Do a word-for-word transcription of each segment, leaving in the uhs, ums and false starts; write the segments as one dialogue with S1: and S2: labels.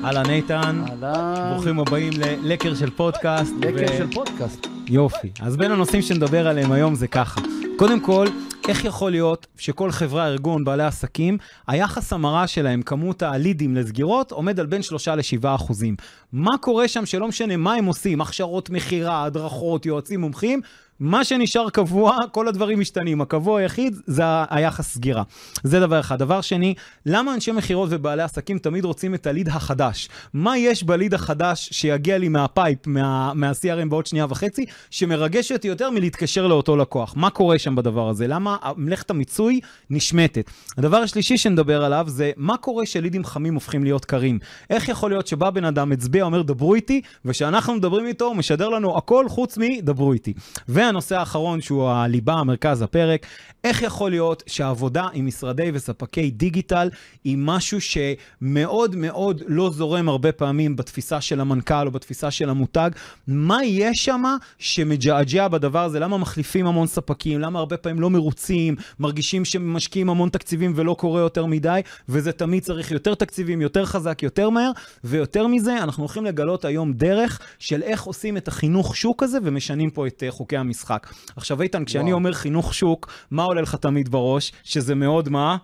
S1: אהלן איתן,
S2: אהלן.
S1: ברוכים הבאים ללקר של פודקאסט.
S2: לקר ו... של פודקאסט.
S1: יופי. אז בין הנושאים שנדבר עליהם היום זה ככה. קודם כל, איך יכול להיות שכל חברה, ארגון, בעלי עסקים, היחס המרה שלהם, כמות הלידים לסגירות, עומד על בין שלושה לשבעה אחוזים. מה קורה שם שלא משנה מה הם עושים, הכשרות מחירה, הדרכות, יועצים מומחים, מה שנשאר קבוע, כל הדברים משתנים. הקבוע היחיד זה היחס סגירה. זה דבר אחד. דבר שני, למה אנשי מחירות ובעלי עסקים תמיד רוצים את הליד החדש? מה יש בליד החדש שיגיע לי מהפייפ, מה, מה-סי אר אם בעוד שנייה וחצי, שמרגש אותי יותר מלהתקשר לאותו לקוח? מה קורה שם בדבר הזה? למה מלאכת המיצוי נשמטת? הדבר השלישי שנדבר עליו זה מה קורה שלידים חמים הופכים להיות קרים. איך יכול להיות שבא בן אדם מצביע, אומר דברו איתי, ושאנחנו מדברים איתו, הוא משדר לנו הכל חוץ מדברו איתי. והנושא האחרון שהוא הליבה, המרכז, הפרק, איך יכול להיות שהעבודה עם משרדי וספקי דיגיטל היא משהו שמאוד מאוד לא זורם הרבה פעמים בתפיסה של המנכ"ל או בתפיסה של המותג? מה יש שם שמג'עג'ע בדבר הזה? למה מחליפים המון ספקים? למה הרבה פעמים לא מרוצים? מרגישים שמשקיעים המון תקציבים ולא קורה יותר מדי? וזה תמיד צריך יותר תקציבים, יותר חזק, יותר מהר. ויותר מזה, אנחנו הולכים לגלות היום דרך של איך עושים את החינוך שוק הזה ומשנים פה את חוקי המשחק. עכשיו איתן, כשאני וואו. אומר חינוך שוק, מה עולה לך תמיד בראש? שזה מאוד מה?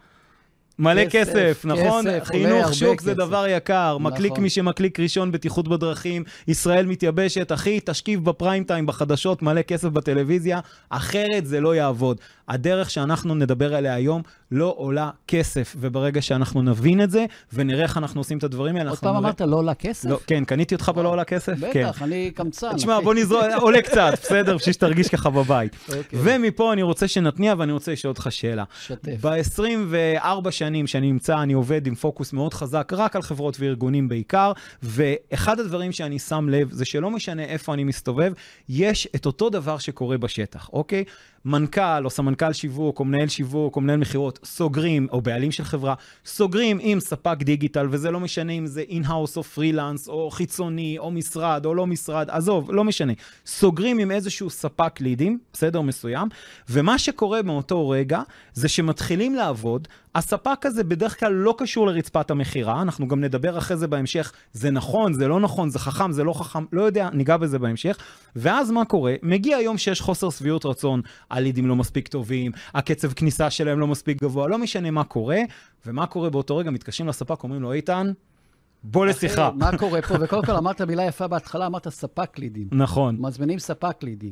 S1: מלא כסף, כסף נכון? כסף, חינוך שוק זה כסף. דבר יקר. נכון. מקליק מי שמקליק ראשון בטיחות בדרכים, ישראל מתייבשת, אחי, תשקיף בפריים טיים, בחדשות, מלא כסף בטלוויזיה, אחרת זה לא יעבוד. הדרך שאנחנו נדבר עליה היום לא עולה כסף, וברגע שאנחנו נבין את זה, ונראה איך אנחנו עושים את הדברים האלה,
S2: עוד פעם נראה... אמרת לא עולה כסף?
S1: לא, כן, קניתי אותך בלא עולה כסף?
S2: בטח,
S1: כן.
S2: אני קמצן.
S1: תשמע, בוא נזרוק, עולה קצת, בסדר, בשביל שתרגיש ככה בבית. אוקיי. ומפה אני רוצה שנתניע, ואני רוצה לשאול אותך שאלה.
S2: שתף.
S1: ב-עשרים וארבע שנים שאני נמצא, אני עובד עם פוקוס מאוד חזק, רק על חברות וארגונים בעיקר, ואחד הדברים שאני שם לב, זה שלא משנה איפה אני מסתובב, יש את אותו דבר שקורה בשטח, אוקיי? מנכ"ל או סמנכ"ל שיווק או מנהל שיווק או מנהל מחירות סוגרים, או בעלים של חברה, סוגרים עם ספק דיגיטל, וזה לא משנה אם זה אין-האוס או פרילנס או חיצוני או משרד או לא משרד, עזוב, לא משנה. סוגרים עם איזשהו ספק לידים, בסדר מסוים, ומה שקורה מאותו רגע זה שמתחילים לעבוד, הספק הזה בדרך כלל לא קשור לרצפת המחירה, אנחנו גם נדבר אחרי זה בהמשך, זה נכון, זה לא נכון, זה חכם, זה לא חכם, לא יודע, ניגע בזה בהמשך, ואז מה קורה? מגיע היום שיש חוסר סביעות רצון, הלידים לא מספיק טובים, הקצב כניסה שלהם לא מספיק גבוה, לא משנה מה קורה, ומה קורה באותו רגע, מתקשרים לספק, אומרים לו, איתן, בוא לשיחה.
S2: מה קורה פה? וקודם כל אמרת מילה יפה בהתחלה, אמרת ספק לידים.
S1: נכון.
S2: מזמינים ספק לידים.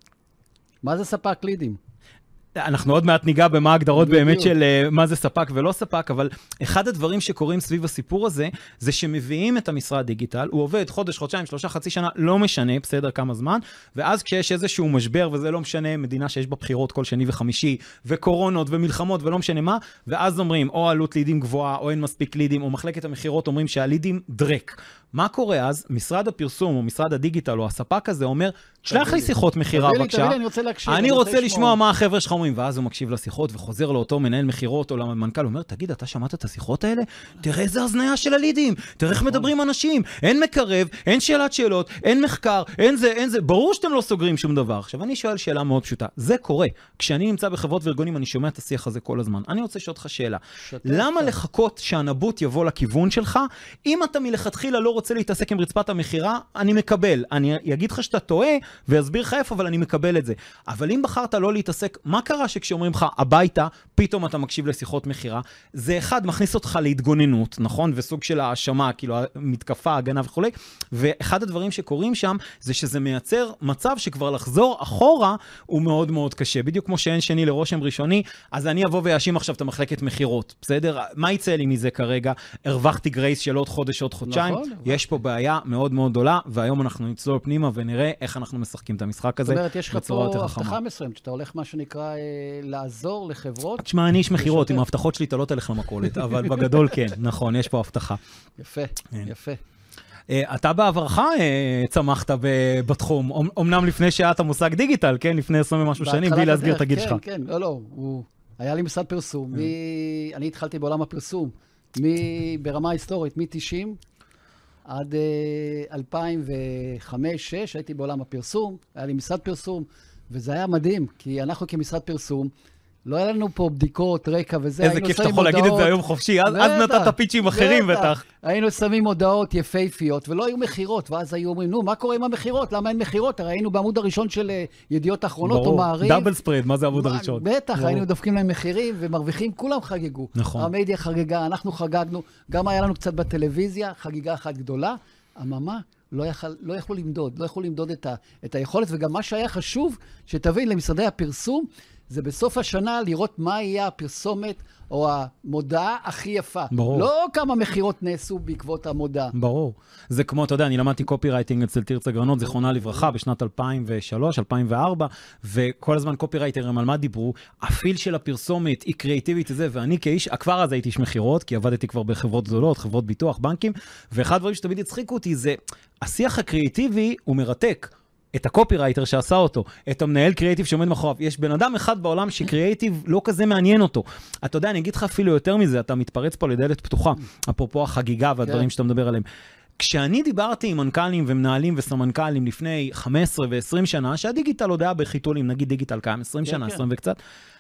S2: מה זה ספק לידים?
S1: אנחנו עוד מעט ניגע במה ההגדרות באמת של uh, מה זה ספק ולא ספק, אבל אחד הדברים שקורים סביב הסיפור הזה, זה שמביאים את המשרד דיגיטל, הוא עובד חודש, חודשיים, שלושה, חצי שנה, לא משנה, בסדר כמה זמן, ואז כשיש איזשהו משבר, וזה לא משנה, מדינה שיש בה בחירות כל שני וחמישי, וקורונות ומלחמות ולא משנה מה, ואז אומרים, או עלות לידים גבוהה, או אין מספיק לידים, או מחלקת המחירות אומרים שהלידים דרק. מה קורה אז? משרד הפרסום או משרד הדיגיטל או הספק הזה אומר, שלח לי שיחות מחירה בבקשה. אני רוצה לשמוע מה החבר'ה שלך אומרים, ואז הוא מקשיב לשיחות וחוזר לאותו מנהל מחירות או למנכ"ל, הוא אומר, תגיד, אתה שמעת את השיחות האלה? תראה איזה הזניה של הלידים, תראה איך מדברים אנשים, אין מקרב, אין שאלת שאלות, אין מחקר, אין זה, אין זה, ברור שאתם לא סוגרים שום דבר. עכשיו אני שואל שאלה מאוד פשוטה, זה קורה. כשאני נמצא בחברות וארגונים, אני שומע את השיח הזה כל הזמן. אני רוצה לשאול אותך שאלה. למה לחכות שהנבוט יבוא לכיוון שלך? אם אתה מלכתחילה לא רוצה להתעסק עם רצפת המחירה, אני מקבל. אני אגיד לך שאתה טועה ואסביר לך איפה, אבל אני מקבל את זה. אבל אם בחרת לא להתעסק, מה קרה שכשאומרים לך הביתה, פתאום אתה מקשיב לשיחות מחירה? זה אחד, מכניס אותך להתגוננות, נכון? וסוג של האשמה, כאילו מתקפה, הגנה וכו'. ואחד הדברים שקורים שם, זה שזה מייצר מצב שכבר לחזור אחורה, הוא מאוד מאוד קשה. בדיוק כמו שאין שני לרושם ראשוני, אז אני אבוא ויאשים עכשיו את המחלקת מחירות. בסדר? מה יצא לי מזה כרגע? הרווחתי גרייס של עוד חודש, עוד חודשיים. נכון, יש פה בעיה מאוד מאוד גדולה, והיום אנחנו נצלול פנימה ונראה איך אנחנו משחקים את המשחק הזה.
S2: זאת אומרת, יש לך פה הבטחה מסוימת, שאתה הולך מה שנקרא אה, לעזור לחברות.
S1: תשמע, אני איש מחירות, עם ההבטחות שלי אתה לא תלך למכולת, אבל בגדול כן, נכון, יש פה הבטחה.
S2: יפה, יפה.
S1: אתה בעברך צמחת בתחום, אמנם לפני שעת המושג דיגיטל, כן? לפני עשרים ומשהו שנים, בלי להסגיר את הגיל שלך.
S2: כן, כן, לא, לא, היה לי משרד פרסום, אני התחלתי בעולם הפרסום, ברמה היסטורית, מ-תשעים עד אלפיים וחמש שש, הייתי בעולם הפרסום, היה לי משרד פרסום, וזה היה מדהים, כי אנחנו כמשרד פרסום, לא היה לנו פה בדיקות, רקע וזה.
S1: איזה כיף שאתה יכול להגיד את זה היום חופשי, אז נתת פיצ'ים אחרים בטח.
S2: היינו שמים הודעות יפהפיות, ולא היו מחירות, ואז היו אומרים, נו, מה קורה עם המחירות? למה אין מחירות? הרי היינו בעמוד הראשון של ידיעות אחרונות או מעריב.
S1: דאבל ספרד, מה זה העמוד הראשון?
S2: בטח, היינו דופקים להם מחירים ומרוויחים, כולם חגגו.
S1: נכון.
S2: המדיה חגגה, אנחנו חגגנו, גם היה לנו קצת בטלוויזיה, חגיגה אחת גדולה. אממה, לא, יכל, לא יכלו למדוד, לא יכלו למדוד את, ה, את היכולת, וגם מה שהיה חשוב, שתבין למשרדי הפרסום, זה בסוף השנה לראות מה יהיה הפרסומת או המודעה הכי יפה.
S1: ברור.
S2: לא כמה מחירות נעשו בעקבות המודעה.
S1: ברור. זה כמו, אתה יודע, אני למדתי קופירייטינג אצל תרצה גרנות, זיכרונה לברכה, בשנת אלפיים ושלוש אלפיים וארבע, וכל הזמן קופירייטרים על מה דיברו, הפיל של הפרסומת היא קריאטיבית וזה, ואני כאיש, כבר אז הייתי איש מחירות, כי עבדתי כבר בחברות גדולות, חברות ביטוח, בנקים, ואחד הדברים שתמיד הצחיקו אותי זה, השיח הקריאטיבי הוא מרתק. את הקופירייטר שעשה אותו, את המנהל קריאטיב שעומד מאחוריו. יש בן אדם אחד בעולם שקריאטיב לא כזה מעניין אותו. אתה יודע, אני אגיד לך אפילו יותר מזה, אתה מתפרץ פה לדלת פתוחה, אפרופו החגיגה והדברים שאתה מדבר עליהם. כשאני דיברתי עם מנכ"לים ומנהלים וסמנכ"לים לפני חמש עשרה ועשרים שנה, שהדיגיטל עוד היה בחיתולים, נגיד דיגיטל קיים עשרים שנה, עשרים וקצת,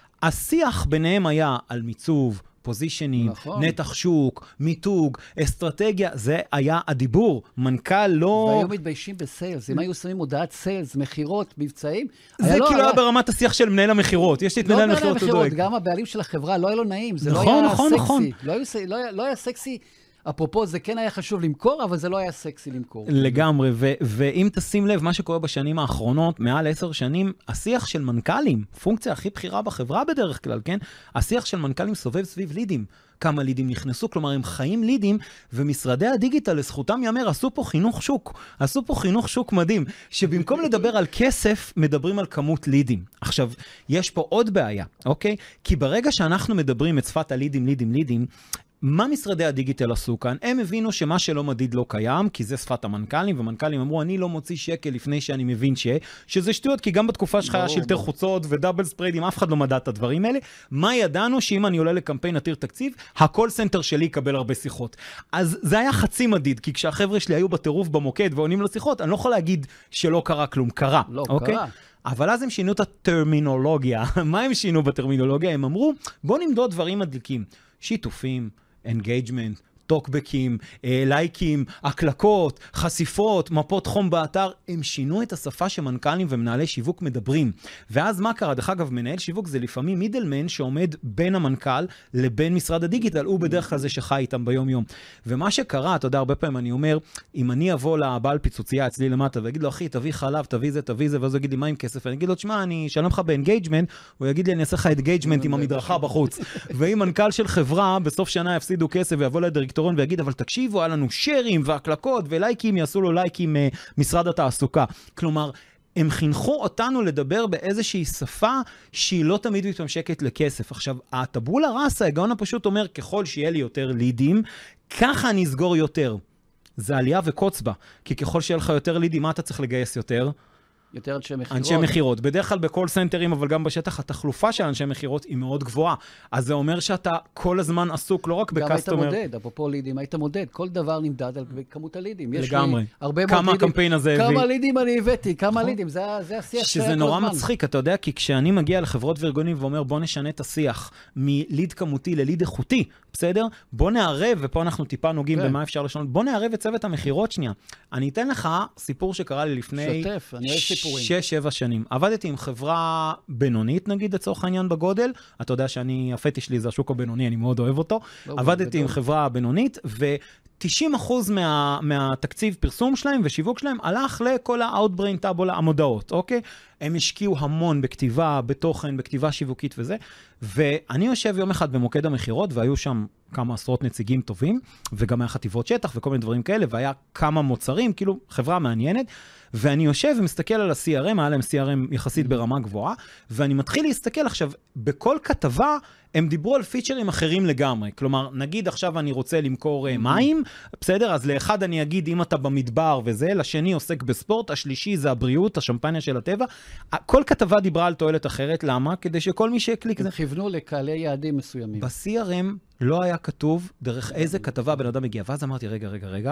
S1: השיח ביניהם היה על מיצוב, פוזישנים, נכון. נתח שוק, מיתוג, אסטרטגיה, זה היה הדיבור. מנכ"ל לא...
S2: והיו מתביישים בסיילס. אם היו שמים הודעת סיילס, מחירות, מבצעים...
S1: זה כאילו היה ברמת השיח של מנהל המחירות. יש לי את מנהל המחירות, הוא דואג.
S2: גם הבעלים של החברה לא היה לו נעים. זה
S1: נכון,
S2: לא היה
S1: נכון,
S2: סקסי.
S1: נכון.
S2: לא היה, לא היה, לא היה סקסי. אפרופו, זה כן היה חשוב למכור, אבל זה לא היה סקסי למכור.
S1: לגמרי, ו- ואם תשים לב, מה שקורה בשנים האחרונות, מעל עשר שנים, השיח של מנכ"לים, פונקציה הכי בחירה בחברה בדרך כלל, כן? השיח של מנכ"לים סובב סביב לידים. כמה לידים נכנסו, כלומר, הם חיים לידים, ומשרדי הדיגיטל, לזכותם יאמר, עשו פה חינוך שוק. עשו פה חינוך שוק מדהים, שבמקום לדבר על כסף, מדברים על כמות לידים. עכשיו, יש פה עוד בעיה, אוקיי? כי ברגע שאנחנו מדברים את שפת הלידים, לידים, לידים, מה משרדי הדיגיטל עשו כאן? הם הבינו שמה שלא מדיד לא קיים, כי זה שפת המנכ"לים, ומנכ"לים אמרו, אני לא מוציא שקל לפני שאני מבין ש... שזה שטויות, כי גם בתקופה שלך היה שלטי חוצות ודאבל ספריידים, אף אחד לא מדע את הדברים האלה. מה ידענו? שאם אני עולה לקמפיין עתיר תקציב, הקול סנטר שלי יקבל הרבה שיחות. אז זה היה חצי מדיד, כי כשהחבר'ה שלי היו בטירוף במוקד ועונים לשיחות, אני לא יכול להגיד שלא קרה כלום, קרה.
S2: לא
S1: אוקיי?
S2: קרה.
S1: אבל אז הם שינו את הטרמינולוגיה. מה הם שינו בטרמינולוגיה? הם אמרו, בוא נמדוד דברים מדליקים. שיתופים, אנגייג'מנט, טוקבקים, לייקים, הקלקות, חשיפות, מפות חום באתר, הם שינו את השפה שמנכ"לים ומנהלי שיווק מדברים. ואז מה קרה? דרך אגב, מנהל שיווק זה לפעמים מידלמן שעומד בין המנכ"ל לבין משרד הדיגיטל, הוא בדרך כלל זה שחי איתם ביום יום. ומה שקרה, אתה יודע, הרבה פעמים אני אומר, אם אני אבוא לבעל פיצוצייה אצלי למטה ואגיד לו, אחי, תביא חלב, תביא זה, תביא זה, ואז הוא יגיד לי, מה עם כסף? אני אגיד לו, תשמע, אני אשלם לך באנגייג'מנט, הוא יגיד לי, אני אעשה לך אנגייג'מנט עם המדרכה בחוץ. ואם מנכ"ל של חברה בסוף שנה יפסידו כסף ויבוא לדירקטוריון ויגיד, אבל תקשיבו, היה לנו שרים והקלקות ולייקים, יעשו לו לייקים משרד התעסוקה. כלומר, הם חינכו אותנו לדבר באיזושהי שפה שהיא לא תמיד מתמשקת לכסף. עכשיו, הטבולה ראסה, הגאון הפשוט אומר, ככל שיהיה לי יותר לידים, ככה אני אסגור יותר. זה עלייה וקוץ בה. כי ככל שיהיה לך יותר לידים, מה אתה צריך לגייס יותר?
S2: יותר אנשי מחירות.
S1: אנשי מחירות. בדרך כלל בכל סנטרים, אבל גם בשטח, התחלופה של אנשי מחירות היא מאוד גבוהה. אז זה אומר שאתה כל הזמן עסוק, לא רק בקסטומר.
S2: גם היית מודד, אפרופו לידים, היית מודד. כל דבר נמדד על כמות הלידים.
S1: לגמרי. כמה הקמפיין הזה הביא.
S2: כמה לידים אני הבאתי, כמה לידים. זה השיח שהיה כל הזמן.
S1: שזה נורא מצחיק, אתה יודע, כי כשאני מגיע לחברות וארגונים ואומר, בוא נשנה את השיח מליד כמותי לליד איכותי, בסדר? בוא נערב, ופה אנחנו טיפה נוגעים במה אפשר לשנות. בוא נערב את צוות המחירות שנייה. אני אתן לך סיפור שקרה לי לפני
S2: שתף, אני אוהב סיפורים.
S1: שש, שבע שנים. עבדתי עם חברה בינונית, נגיד, לצורך העניין בגודל. אתה יודע שאני, הפטיש שלי זה השוק הבינוני, אני מאוד אוהב אותו. לא עבדתי עם חברה בינונית, ו-תשעים אחוז מה, מהתקציב פרסום שלהם ושיווק שלהם הלך לכל ה-outbrain טאבול, המודעות, אוקיי? הם השקיעו המון בכתיבה, בתוכן, בכתיבה שיווקית וזה. ואני יושב יום אחד במוקד המחירות, והיו שם כמה עשרות נציגים טובים, וגם היה חטיבות שטח וכל מיני דברים כאלה, והיה כמה מוצרים, כאילו חברה מעניינת, ואני יושב ומסתכל על ה-סי אר אם, היה להם סי אר אם יחסית ברמה גבוהה, ואני מתחיל להסתכל עכשיו, בכל כתבה, הם דיברו על פיצ'רים אחרים לגמרי. כלומר, נגיד עכשיו אני רוצה למכור מים, בסדר? אז לאחד אני אגיד, אם אתה במדבר וזה, לשני עוסק בספורט, השלישי זה הבריאות, השמפניה של הטבע. כל כתבה דיברה על תועלת אחרת, למה? כדי שכל מי שיקליק...
S2: הם כיוונו לקהלי יעדים מסוימים.
S1: ב-סי אר אם לא היה כתוב דרך איזה כתבה בן אדם מגיע. ואז אמרתי, רגע, רגע, רגע,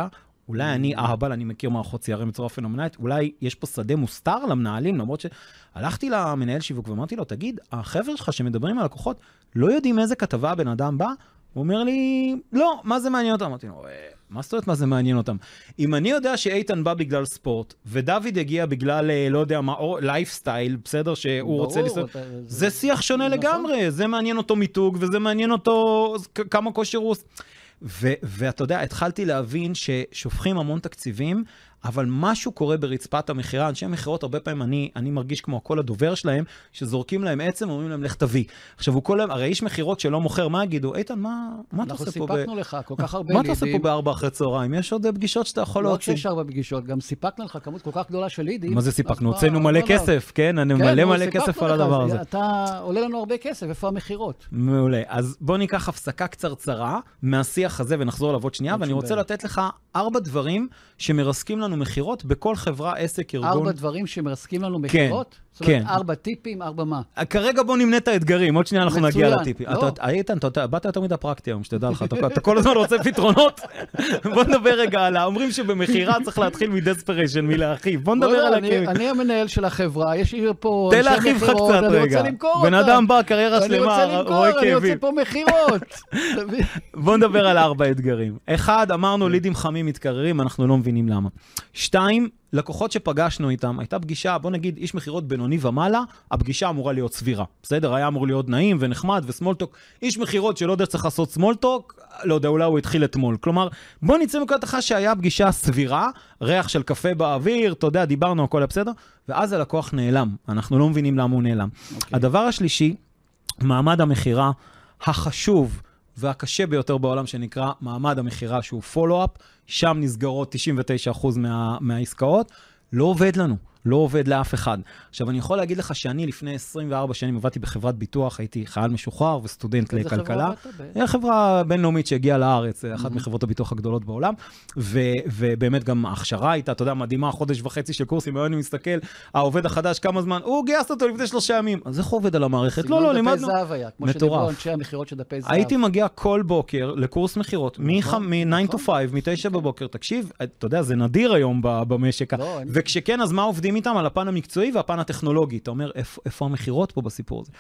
S1: אולי אני אהבל, אני מכיר מערכות סי אר אם בצורה פנומנלית, אולי יש פה שדה מוסתר למנהלים, למרות שהלכתי למנהל שיווק ואמרתי לו, תגיד, החבר'ה שלך שמדברים על לקוחות, לא יודעים איזה כתבה הבן אדם בא? הוא אומר לי, לא, מה זה מעניין אותם? אמרתי לו, מה זאת אומרת מה זה מעניין אותם? אם אני יודע שאיתן בא בגלל ספורט, ודוד הגיע בגלל, לא יודע מה, לייפסטייל, בסדר, שהוא רוצה לספורט, זה שיח שונה לגמרי, זה מעניין אותו מיתוג, וזה מעניין אותו כמה כושר הוא... ואתה יודע, התחלתי להבין ששופכים המון תקציבים, אבל משהו קורה ברצפת המחירה, אנשי המחירות, הרבה פעמים אני, אני מרגיש כמו כל הדובר שלהם, שזורקים להם עצם, אומרים להם, לך תביא. עכשיו, הוא כל להם, הרי איש מחירות שלא מוכר, מה יגידו? איתן, מה, מה אתה עושה פה?
S2: אנחנו סיפקנו לך כל כך הרבה
S1: לידים. מה אתה עושה פה בארבע אחרי צהריים? יש עוד פגישות שאתה יכול להוציא.
S2: לא שיש ארבע פגישות, גם סיפקנו לך כמות כל כך גדולה של לידים.
S1: מה זה סיפקנו? הוצאנו מלא כסף, כן? אני מלא מלא כסף על הדבר הזה.
S2: אתה עולה לנו הרבה כסף, איפה המחירות?
S1: מעולה. אז בוא ניקח הפסקה קצרצרה מהשיח הזה ונחזור עליו עוד שנייה, ואני רוצה לתת לך ארבע דברים שמרסקים לנו מחירות בכל חברה, עסק, ארגון.
S2: ארבע דברים שמרסקים לנו מחירות? זאת אומרת, ארבע טיפים, ארבע מה?
S1: כרגע בוא נמנה את האתגרים, עוד שנייה אנחנו נגיע לטיפים. איתן, באת יותר מדי פרקטי היום, שתדע לך, אתה כל הזמן רוצה פתרונות. בוא נדבר רגע על, אומרים שבמחירה צריך להתחיל מדספריישן, מלהרחיב. בוא נדבר על הכיוון.
S2: אני המנהל של החברה, יש לי פה...
S1: תן להרחיב לך קצת רגע. בן אדם בא, קריירה שלמה, רואה כאבים.
S2: אני רוצה פה מחירות.
S1: בוא נדבר על ארבע אתגרים. אחד, אמרנו לידים חמים מתקררים, אנחנו לא מבינים למה. שתיים, לקוחות שפגשנו איתם, הייתה פגישה, בוא נגיד, איש מחירות בינוני ומעלה, הפגישה אמורה להיות סבירה. בסדר? היה אמור להיות נעים ונחמד וסמולטוק. איש מחירות שלא יודע שצריך לעשות סמולטוק, לא יודע, אולי הוא התחיל אתמול. כלומר, בוא נצא מנקודת הנחה שהיה פגישה סבירה, ריח של קפה באוויר, אתה יודע, דיברנו, הכל היה בסדר, ואז הלקוח נעלם. אנחנו לא מבינים למה הוא נעלם. Okay. הדבר השלישי, מעמד המחירה החשוב והקשה ביותר בעולם שנקרא מעמד המחירה שהוא פולו-אפ, שם נסגרות תשעים ותשעה אחוז מה, מהעסקאות, לא עובד לנו, לא עובד לאף אחד. עכשיו, אני יכול להגיד לך שאני לפני עשרים וארבע שנים עבדתי בחברת ביטוח, הייתי חייל משוחרר וסטודנט לכלכלה. היא חברה בינלאומית שהגיעה לארץ, אחת מחברות הביטוח הגדולות בעולם, ובאמת גם ההכשרה הייתה, אתה יודע, מדהימה, חודש וחצי של קורסים, היום אני מסתכל, העובד החדש כמה זמן, הוא גייס אותו לפני שלושה ימים, אז איך הוא עובד על המערכת? לא, לא, לימדנו.
S2: מטורף.
S1: הייתי מגיע כל בוקר לקורס מחירות, מ-nine to five, מ-תשע בבוקר, תקשיב, אתה יודע, זה נדיר היום במשק, וכשכן, אז מה עובדים איתם? על הפן המקצועי והפן הטכנולוגי. אתה אומר, איפה, איפה המחירות פה בסיפור הזה?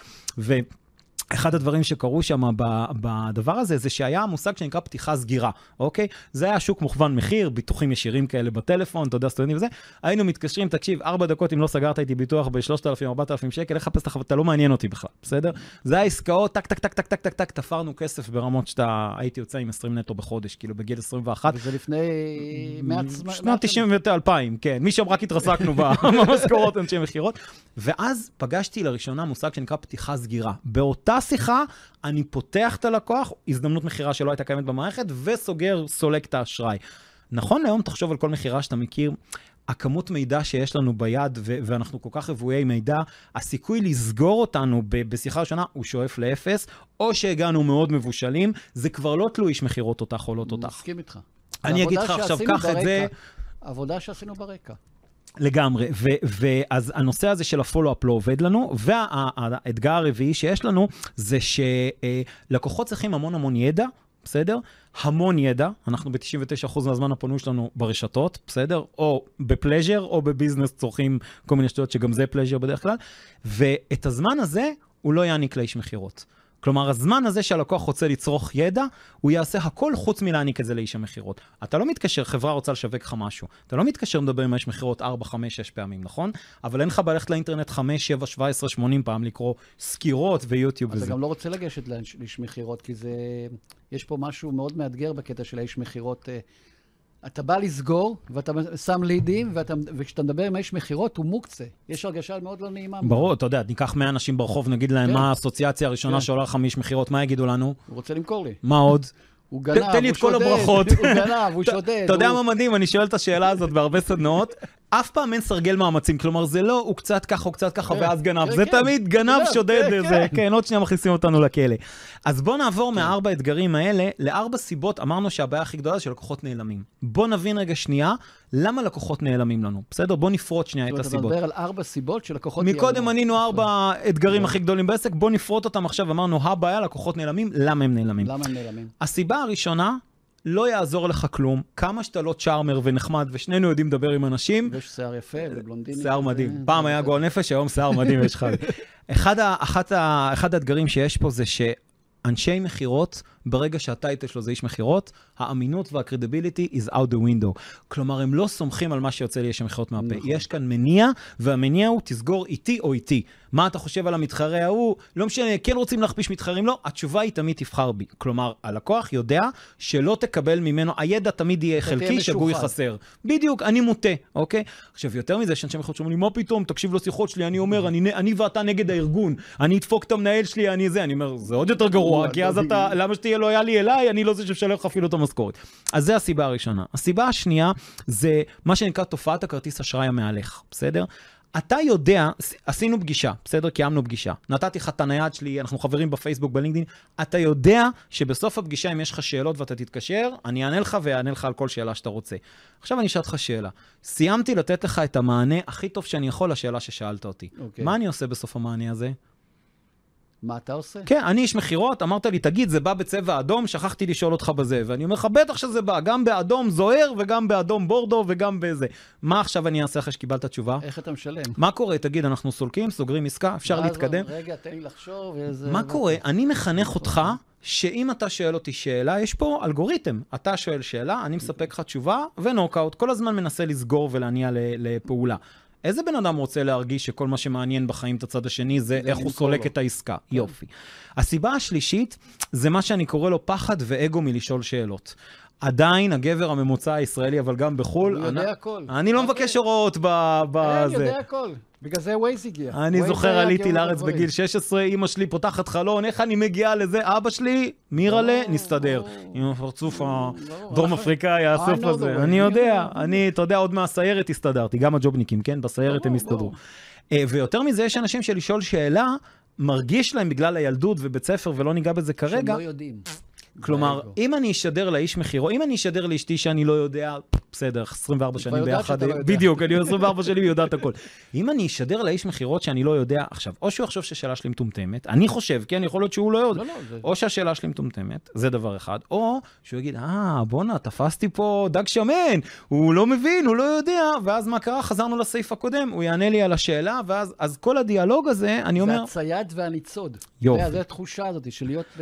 S1: ואחד הדברים שקרו שם בדבר הזה, זה שהיה המושג שנקרא פתיחה סגירה, אוקיי? זה היה שוק מוכוון מחיר, ביטוחים ישירים כאלה בטלפון, אתה יודע, סטודנטים וזה. היינו מתקשרים, תקשיב, ארבע דקות אם לא סגרת איתי ביטוח ב-שלושת אלפים ארבעת אלפים שקל, איך חפש לך, אתה לא מעניין אותי בכלל, בסדר? זה היה עסקאות, טק, טק, טק, טק, טק, טק, טק, תפרנו כסף ברמות שאתה הייתי יוצא עם עשרים נטו בחודש, כאילו בגיל עשרים ואחת.
S2: וזה לפני
S1: שנות תשעים ואלפיים, כן. מי שם רק התרסקנו במשכורות אנשי מחירות. ואז פגשתי לראשונה מושג שנקרא פתיחה סגירה. באותה שיחה אני פותח את הלקוח, הזדמנות מחירה שלא הייתה קיימת במערכת, וסוגר סולק את האשראי. נכון היום תחשוב על כל מחירה שאתה מכיר, הכמות מידע שיש לנו ביד, ו- ואנחנו כל כך רבויי מידע, הסיכוי לסגור אותנו ב- בשיחה ראשונה הוא שואף לאפס, או שהגענו מאוד מבושלים, זה כבר לא תלוי איש מחירות אותך או לא אותך.
S2: מסכים איתך.
S1: אני אגיד לך עכשיו, קח את זה...
S2: עבודה שעשינו ברקע.
S1: לגמרי, ואז הנושא הזה של הפולו-אפ לא עובד לנו, והאתגר הרביעי שיש לנו, זה שלקוחות צריכים המון המון ידע, בסדר? המון ידע, אנחנו ב-תשעים ותשעה אחוז מהזמן הפנוי שלנו ברשתות, בסדר? או בפלז'ר, או בביזנס צורכים כל מיני שטויות שגם זה פלז'ר בדרך כלל, ואת הזמן הזה הוא לא יעניק לאיש מחירות. כלומר, הזמן הזה שהלקוח רוצה לצרוך ידע, הוא יעשה הכל חוץ מלהעניק את זה לאיש המחירות. אתה לא מתקשר, חברה רוצה לשווק לך משהו. אתה לא מתקשר מדבר עם איש מחירות ארבע, חמש, שש פעמים, נכון? אבל אין לך בלכת לאינטרנט חמש, שבע, שבע עשרה, שמונים פעם לקרוא סקירות ויוטיוב וזה.
S2: אתה גם לא רוצה לגשת לאיש מחירות, כי זה... יש פה משהו מאוד מאתגר בקטע של האיש מחירות. אתה בא לסגור, ואתה שם לידים, ואתה, וכשאתה מדבר עם האיש מחירות, הוא מוקצה. יש הרגשה מאוד לא נעימה.
S1: ברור, אתה יודע, ניקח מאה אנשים ברחוב, נגיד להם
S2: כן.
S1: מה האסוציאציה הראשונה כן. שעולה חמש מחירות, מה יגידו לנו?
S2: הוא רוצה למכור לי.
S1: מה עוד?
S2: הוא גנב,
S1: תן לי את כל הברכות.
S2: הוא גנב, הוא שודד.
S1: אתה יודע מה מדהים, אני שואל את השאלה הזאת בהרבה סדנאות, אף פעם אין סרגל מאמצים, כלומר זה לא, הוא קצת ככה, הוא קצת ככה, ואז גנב, זה תמיד גנב, שודד, זה, כן, עוד שנייה מכניסים אותנו לכלא. אז בוא נעבור מארבע אתגרים האלה, לארבע סיבות, אמרנו שהבעיה הכי גדולה זה שלקוחות נעלמים. בוא נבין רגע שנייה, למה לקוחות נעלמים לנו, בסדר? בוא נפרוט שנייה את הסיבות.
S2: אתה מדבר על ארבע סיבות שלקוחות נעלמים.
S1: מקודם ענינו ארבע אתגרים הכי גדולים בעסק, בוא נפרוט אותם עכשיו, אמרנו, הבעיה, לקוחות נעלמים, למה הם נעלמים?
S2: למה הם נעלמים?
S1: הסיבה הראשונה, לא יעזור לך כלום, כמה שאתה לא צ'ארמר ונחמד, ושנינו יודעים לדבר עם אנשים.
S2: ויש שיער יפה ובלונדיני.
S1: שיער מדהים. פעם היה גועל נפש, היום שיער מדהים יש לך. אחד האתגרים שיש פה זה שאנשי מחירות, ברגע שהטייטל שלו זה איש מחירות, האמינות והקרדיביליטי is out the window. כלומר, הם לא סומכים על מה שיוצא לי איש המחירות מהפה. יש כאן מניע, והמניע הוא תסגור איתי או איתי. מה אתה חושב על המתחרה ההוא? לא משנה, כן רוצים להכפיש מתחרים? לא, התשובה היא תמיד תבחר בי. כלומר, הלקוח יודע שלא תקבל ממנו, הידע תמיד יהיה חלקי, שגוי חסר. בדיוק, אני מוטה, אוקיי? עכשיו, יותר מזה, שאנשי מחירות שאומרים לי, מה פתאום? תקשיב לשיחות שלי, אני אומר, אני, אני ואתה נגד הארגון. אני אדפוק את המנהל שלי, אני זה. אני אומר, זה עוד יותר גרוע, כי אז אתה, למה שתהיה לויאלי אליי? אני לא זה שמשלם לך אפילו את המשכורת. אז זה הסיבה הראשונה. הסיבה השנייה זה מה שנקרא תופעת הכרטיס אשראי המהלך, בסדר? אתה יודע, עשינו פגישה, בסדר? קיימנו פגישה. נתתי לך את הנייד שלי, אנחנו חברים בפייסבוק, בלינקדין. אתה יודע שבסוף הפגישה, אם יש לך שאלות ואתה תתקשר, אני אענה לך ואענה לך על כל שאלה שאתה רוצה. עכשיו אני אשאל לך שאלה. סיימתי לתת לך את המענה הכי טוב שאני יכול לשאלה ששאלת אותי. Okay. מה אני עושה בסוף המענה הזה?
S2: מה אתה עושה?
S1: כן, אני איש מחירות, אמרת לי, תגיד, זה בא בצבע אדום, שכחתי לשאול אותך בזה, ואני אומר לך, בטח שזה בא, גם באדום זוהר, וגם באדום בורדו, וגם בזה. מה עכשיו אני אעשה אחרי שקיבלת תשובה?
S2: איך אתה משלם?
S1: מה קורה? תגיד, אנחנו סולקים, סוגרים עסקה, אפשר להתקדם?
S2: רגע, תן לי לחשוב איזה...
S1: מה קורה? אני מחנך אותך, שאם אתה שואל אותי שאלה, יש פה אלגוריתם. אתה שואל שאלה, אני מספק לך תשובה, ונוקאוט, כל הזמן מנסה לסגור ולהניע לפעולה. איזה בן אדם רוצה להרגיש שכל מה שמעניין בחיים את הצד השני זה איך הוא סולק את העסקה? יופי. הסיבה השלישית זה מה שאני קורא לו פחד ואגו מלשאול שאלות. עדיין הגבר הממוצע הישראלי, אבל גם בחול,
S2: הוא יודע הכל.
S1: אני לא מבקש הוראות בזה.
S2: אני יודע הכל. בגלל זה ווייז הגיע.
S1: אני זוכר, עליתי לארץ בגיל שש עשרה, אמא שלי פותחת חלון, איך אני מגיעה לזה? אבא שלי, מירלה, נסתדר. עם הפרצוף הדרום אפריקאי, הסוף הזה. אני יודע, אני, אתה יודע, עוד מהסיירת הסתדרתי, גם הג'ובניקים, כן? בסיירת הם הסתדרו. ויותר מזה, יש אנשים שלשאול שאלה, מרגיש להם בגלל הילדות ובית ספר, ולא ניגע בזה כרגע.
S2: שהם לא יודעים.
S1: כלומר, אם אני אשדר לאיש מחירו, אם אני אשדר לאשתי שאני לא יודע, בסדר, עשרים וארבע שנים ביחד, בדיוק, אני עשרים וארבע שנים יודעת הכל. אם אני אשדר לאיש מחירות שאני לא יודע, עכשיו, או שהוא יחשוב שהשאלה שלי מטומטמת, אני חושב, כן, יכול להיות שהוא לא יודע, או שהשאלה שלי מטומטמת, זה דבר אחד, או שהוא יגיד, אה, בונה, תפסתי פה דג שמן, הוא לא מבין, הוא לא יודע, ואז מה קרה? חזרנו לסעיף הקודם, הוא יענה לי על השאלה, ואז, אז כל הדיאלוג הזה, אני אומר...
S2: זה הצייד והניצוד.
S1: יופי.
S2: זה התחושה הזאת, של להיות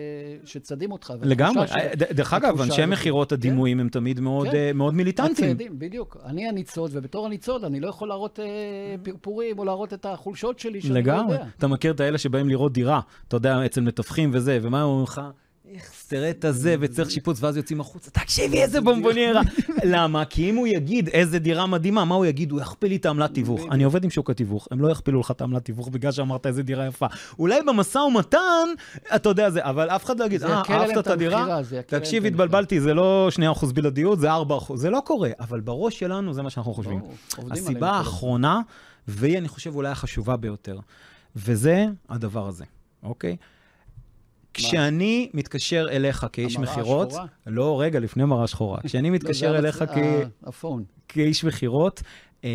S2: שצדים אותך.
S1: לגמרי. דרך אגב, אנשי מחירות הדימויים הם תמיד מאוד מיליטנטיים.
S2: הציידים, בדיוק. אני הניצוד, ובתור הניצוד אני לא יכול להראות פרפורים או להראות את החולשות שלי שאני לא יודע.
S1: לגמרי. אתה מכיר את האלה שבאים לראות דירה, אתה יודע, אצל מתווכים וזה, ומה הם אומרים לך? איך תראה את הזה וצריך שיפוץ, ואז יוצאים החוצה, תקשיבי איזה בומבוניירה. למה? כי אם הוא יגיד איזה דירה מדהימה, מה הוא יגיד? הוא יכפיל לי את העמלת תיווך. אני עובד עם שוק התיווך, הם לא יכפילו לך את העמלת תיווך בגלל שאמרת איזה דירה יפה. אולי במשא ומתן, אתה יודע זה, אבל אף אחד לא יגיד, אה, אהבת את הדירה? תקשיב, התבלבלתי, זה לא שני אחוז בלעדיות, זה ארבע אחוז. זה לא קורה, אבל בראש שלנו זה מה שאנחנו חושבים. הסיבה האחרונה, והיא אני חושב אולי החשובה ביותר, וזה הדבר הזה, אוקיי? כשאני מתקשר אליך כאיש מחירות, לא, רגע, לפני מראה שחורה, כשאני מתקשר אליך כאיש מחירות,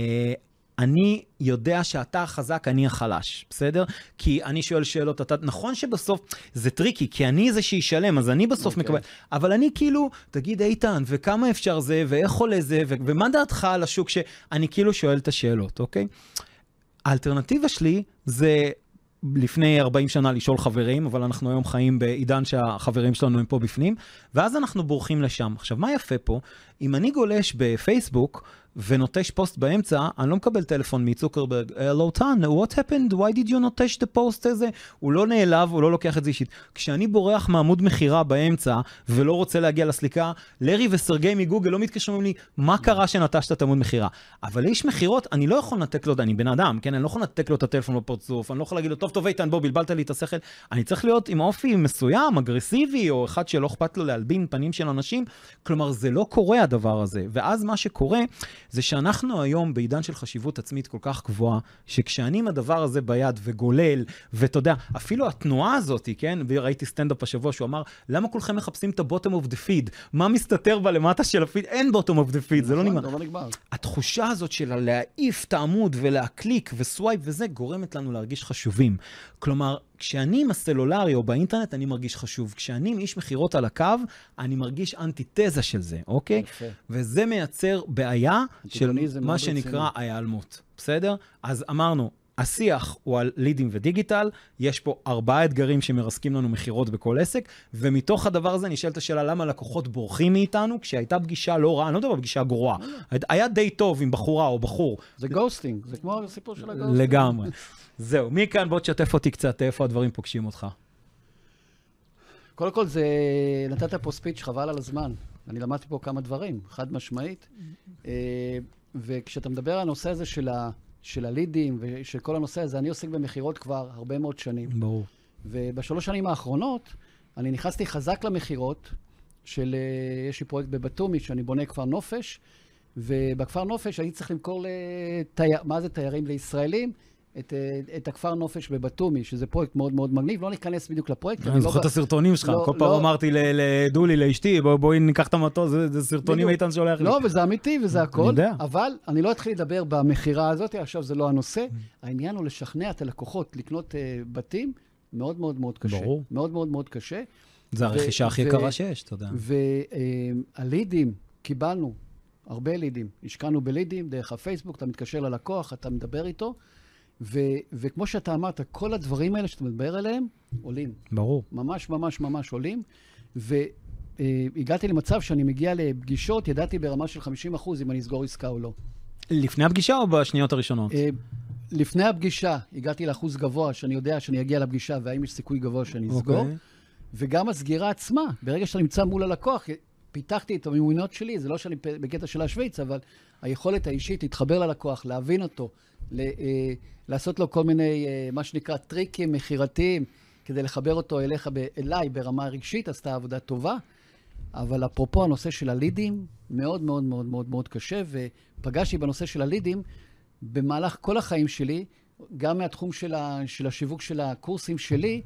S1: אני יודע שאתה החזק, אני החלש, בסדר? כי אני שואל שאלות, אתה, נכון שבסוף זה טריקי, כי אני זה שישלם, אז אני בסוף okay. מקבל, אבל אני כאילו, תגיד איתן, וכמה אפשר זה, ואיך עולה זה, ו- ומה דעתך על השוק שאני כאילו שואל את השאלות, אוקיי? האלטרנטיבה שלי זה... לפני ארבעים שנה לשאול חברים, אבל אנחנו היום חיים בעידן שהחברים שלנו הם פה בפנים, ואז אנחנו בורחים לשם. עכשיו, מה יפה פה? אם אני גולש בפייסבוק, ונוטש פוסט באמצע, אני לא מקבל טלפון מצוקרברג, לא טן, what happened? Why did you נוטש the post הזה? הוא לא נעלב, הוא לא לוקח את זה אישית. כשאני בורח מעמוד מחירה באמצע, ולא רוצה להגיע לסליקה, לרי וסרגי מגוגל לא מתקשרים לי, מה קרה שנטשת את עמוד מחירה? אבל לאיש מחירות, אני לא יכול לנתק לו, אני בן אדם, כן? אני לא יכול לנתק לו את הטלפון בפרצוף, אני לא יכול להגיד לו, טוב, טוב, איתן, בוא, בלבלת לי את השכל. אני צריך להיות עם אופי מסוים, אגרסיבי, או אחד שלא אכפת לו להלבין פנים של אנשים. כלומר, זה לא קורה הדבר הזה. ואז מה שקורה, זה שאנחנו היום בעידן של חשיבות עצמית כל כך גבוהה, שכשאני עם הדבר הזה ביד וגולל, ואתה יודע, אפילו התנועה הזאת, כן? וראיתי סטנדאפ השבוע שהוא אמר, למה כולכם מחפשים את ה-bottom of the feed? מה מסתתר בלמטה של הפיד? אין bottom of the feed, זה לא נגמר. התחושה הזאת של להעיף את העמוד ולהקליק וסווייפ וזה, גורמת לנו להרגיש חשובים. כלומר, כשאני עם הסלולרי או באינטרנט, אני מרגיש חשוב. כשאני עם איש מחירות על הקו, אני מרגיש אנטיתזה של זה, אוקיי?
S2: יפה.
S1: וזה מייצר בעיה של
S2: אנטיגוניזם
S1: מה
S2: מאוד
S1: שנקרא
S2: רציני.
S1: ההיעלמות, בסדר? אז אמרנו, השיח הוא על לידים ודיגיטל, יש פה ארבעה אתגרים שמרסקים לנו מחירות בכל עסק, ומתוך הדבר הזה נשאלת השאלה למה לקוחות בורחים מאיתנו, כשהייתה פגישה לא רעה, אני לא יודע, פגישה גרועה, היה די טוב עם בחורה או בחור.
S2: זה גוסטינג, זה כמו הסיפור של הגוסטינג.
S1: לגמרי. זהו, מכאן בוא תשתף אותי קצת, איפה הדברים פוגשים אותך.
S2: קודם כל זה, נתת פה ספיץ' חבל על הזמן. אני למדתי פה כמה דברים, חד משמעית. וכשאתה מדבר על הנושא הזה של ה... של הלידים ושל כל הנושא הזה, אני עוסק במחירות כבר הרבה מאוד שנים.
S1: ברור.
S2: ובשלוש שנים האחרונות, אני נכנסתי חזק למחירות של, יש לי פרויקט בבטומי, שאני בונה כפר נופש, ובכפר נופש אני צריך למכור לתייר, מה זה תיירים לישראלים? את, את הכפר נופש בבטומי, שזה פרויקט מאוד מאוד מגניב, לא ניכנס בדיוק לפרויקט.
S1: אני זוכר את הסרטונים שלך, כל פעם אמרתי לדולי, לאשתי, בואי ניקח את המטוס, זה סרטונים איתן שהולך לי.
S2: לא, וזה אמיתי וזה הכל, אבל אני לא אתחיל לדבר במחירה הזאת, עכשיו זה לא הנושא. העניין הוא לשכנע את הלקוחות לקנות בתים, מאוד מאוד מאוד קשה.
S1: ברור.
S2: מאוד מאוד מאוד קשה.
S1: זה הרכישה הכי יקרה שיש, אתה יודע.
S2: והלידים, קיבלנו הרבה לידים. השקענו בלידים דרך הפייסבוק, אתה מתקשר ללקוח, אתה מדבר איתו. ו- וכמו שאתה אמרת, כל הדברים האלה שאתה מדבר עליהם, עולים.
S1: ברור.
S2: ממש ממש ממש עולים. והגעתי למצב שאני מגיע לפגישות, ידעתי ברמה של חמישים אחוז אם אני אסגור עסקה או לא.
S1: לפני הפגישה או בשניות הראשונות?
S2: לפני הפגישה הגעתי לאחוז גבוה, שאני יודע שאני אגיע לפגישה, והאם יש סיכוי גבוה שאני אסגור. Okay. וגם הסגירה עצמה, ברגע שאתה נמצא מול הלקוח, פיתחתי את המיומנויות שלי, זה לא שאני בקטע של השוויץ, אבל היכולת האישית להתחבר ללקוח, להבין אותו, ל- לעשות לו כל מיני, מה שנקרא, טריקים מחירתיים, כדי לחבר אותו אליך, אליי ברמה רגשית, עשתה עבודה טובה. אבל אפרופו הנושא של הלידים, מאוד מאוד מאוד מאוד מאוד קשה, ופגשתי בנושא של הלידים במהלך כל החיים שלי, גם מהתחום של, ה, של השיווק של הקורסים שלי,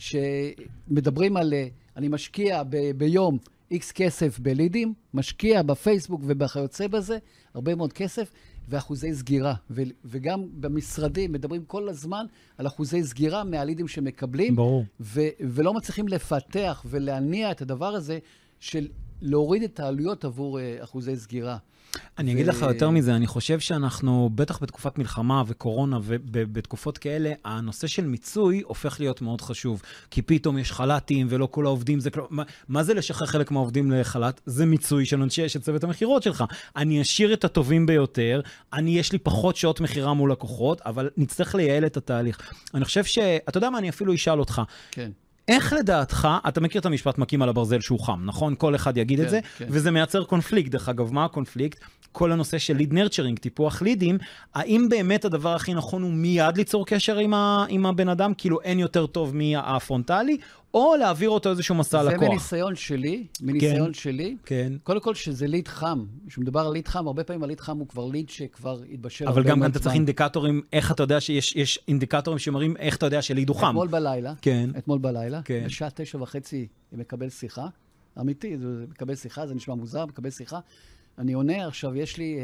S2: שמדברים על, אני משקיע ב, ביום X כסף בלידים, משקיע בפייסבוק ובכיוצא בזה, הרבה מאוד כסף, ואחוזי סגירה. ו, וגם במשרדים מדברים כל הזמן על אחוזי סגירה מהלידים שמקבלים.
S1: ברור.
S2: ו, ולא מצליחים לפתח ולהניע את הדבר הזה של להוריד את העלויות עבור אחוזי סגירה.
S1: אני אגיד לך יותר מזה, אני חושב שאנחנו, בטח בתקופת מלחמה וקורונה ובתקופות כאלה, הנושא של מיצוי הופך להיות מאוד חשוב. כי פתאום יש חל"תים ולא כל העובדים, זה, מה, מה זה לשחרר חלק מהעובדים לחל"ת? זה מיצוי של אנשי של צוות המחירות שלך. אני אשאיר את הטובים ביותר, אני, יש לי פחות שעות מחירה מול לקוחות, אבל נצטרך לייעל את התהליך. אני חושב שאתה יודע מה, אני אפילו אשאל אותך.
S2: כן.
S1: איך לדעתך, אתה מכיר את המשפט מכים על הברזל שהוא חם, נכון? כל אחד יגיד
S2: כן,
S1: את זה,
S2: כן.
S1: וזה מייצר קונפליקט. דרך אגב, מה הקונפליקט? כל הנושא של ליד נרצ'רינג, טיפוח לידים, האם באמת הדבר הכי נכון הוא מיד ליצור קשר עם, ה, עם הבן אדם, כאילו אין יותר טוב מהפרונטלי, או להעביר אותו איזשהו מסע לקוח?
S2: זה מניסיון שלי, מניסיון
S1: כן,
S2: שלי.
S1: כן.
S2: קודם כל שזה ליד חם, כשמדובר על ליד חם, הרבה פעמים הליד חם הוא כבר ליד שכבר התבשל.
S1: אבל גם כאן אתה צריך אינדיקטורים, איך אתה יודע שיש יש אינדיקטורים שמראים איך אתה יודע שליד הוא חם.
S2: אתמול בלילה,
S1: כן.
S2: אתמול בלילה,
S1: כן.
S2: בשעה תשע וחצי מקבל שיחה, אמיתי, זה מקבל שיחה, זה נשמע מוזר, מקבל שיחה. אני עונה, עכשיו יש לי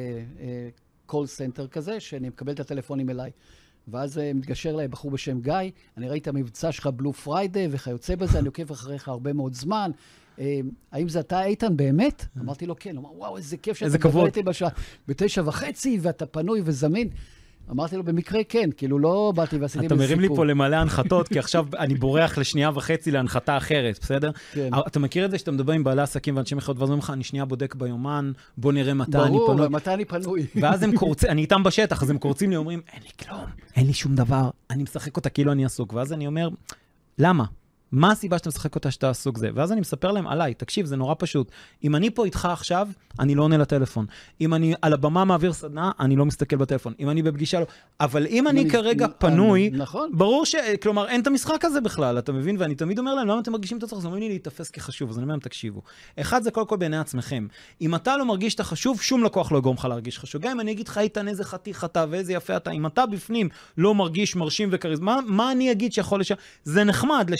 S2: קול סנטר כזה, שאני מקבל את הטלפונים אליי. ואז מתקשר אליי בחור בשם גיא, אני ראיתי את המבצע שלך בלו פריידי וכיוצא בזה, אני עוקב אחריך הרבה מאוד זמן. האם זה אתה איתן באמת? אמרתי לו כן, הוא אמר, וואו, איזה כיף שאתה מדבר איתי בשעה בתשע וחצי ואתה פנוי וזמין. אמרתי לו, במקרה כן, כאילו לא באתי ועשיתי
S1: אתה מרים לי פה למלא הנחתות, כי עכשיו אני בורח לשנייה וחצי להנחתה אחרת, בסדר?
S2: כן.
S1: אתה מכיר את זה שאתה מדבר עם בעלי עסקים ואנשי מחירות, ואז אומרים לך, אני שנייה בודק ביומן, בוא נראה מתי אני פנוי.
S2: ברור, מתי אני פנוי.
S1: ואז הם קורצים, אני איתם בשטח, אז הם קורצים לי, אומרים, אין לי כלום, אין לי שום דבר, אני משחק אותה כאילו אני עסוק. ואז אני אומר, למה? מה הסיבה שאתה משחק אותה שאתה עסוק זה? ואז אני מספר להם עליי, תקשיב, זה נורא פשוט. אם אני פה איתך עכשיו, אני לא עונה לטלפון. אם אני על הבמה מעביר סדנה, אני לא מסתכל בטלפון. אם אני בפגישה לא... אבל אם אני כרגע פנוי, ברור ש... כלומר, אין את המשחק הזה בכלל, אתה מבין? ואני תמיד אומר להם, למה אתם מרגישים את הצורך? אז אומרים לי להתאפס כחשוב, אז אני אומר להם, תקשיבו. אחד זה כל כל בעיני עצמכם. אם אתה לא מרגיש את החשוב, שום לקוח לא יגרום לך להרגיש חשוב. גם אם אני אגיד לך, איתן, איזה חתיך אתה ואיזה יפה אתה, אם אתה בפנים לא מרגיש מרשים וכריזמה, מה אני אגיד שיכול לש... זה נחמד לשנייה וחצי.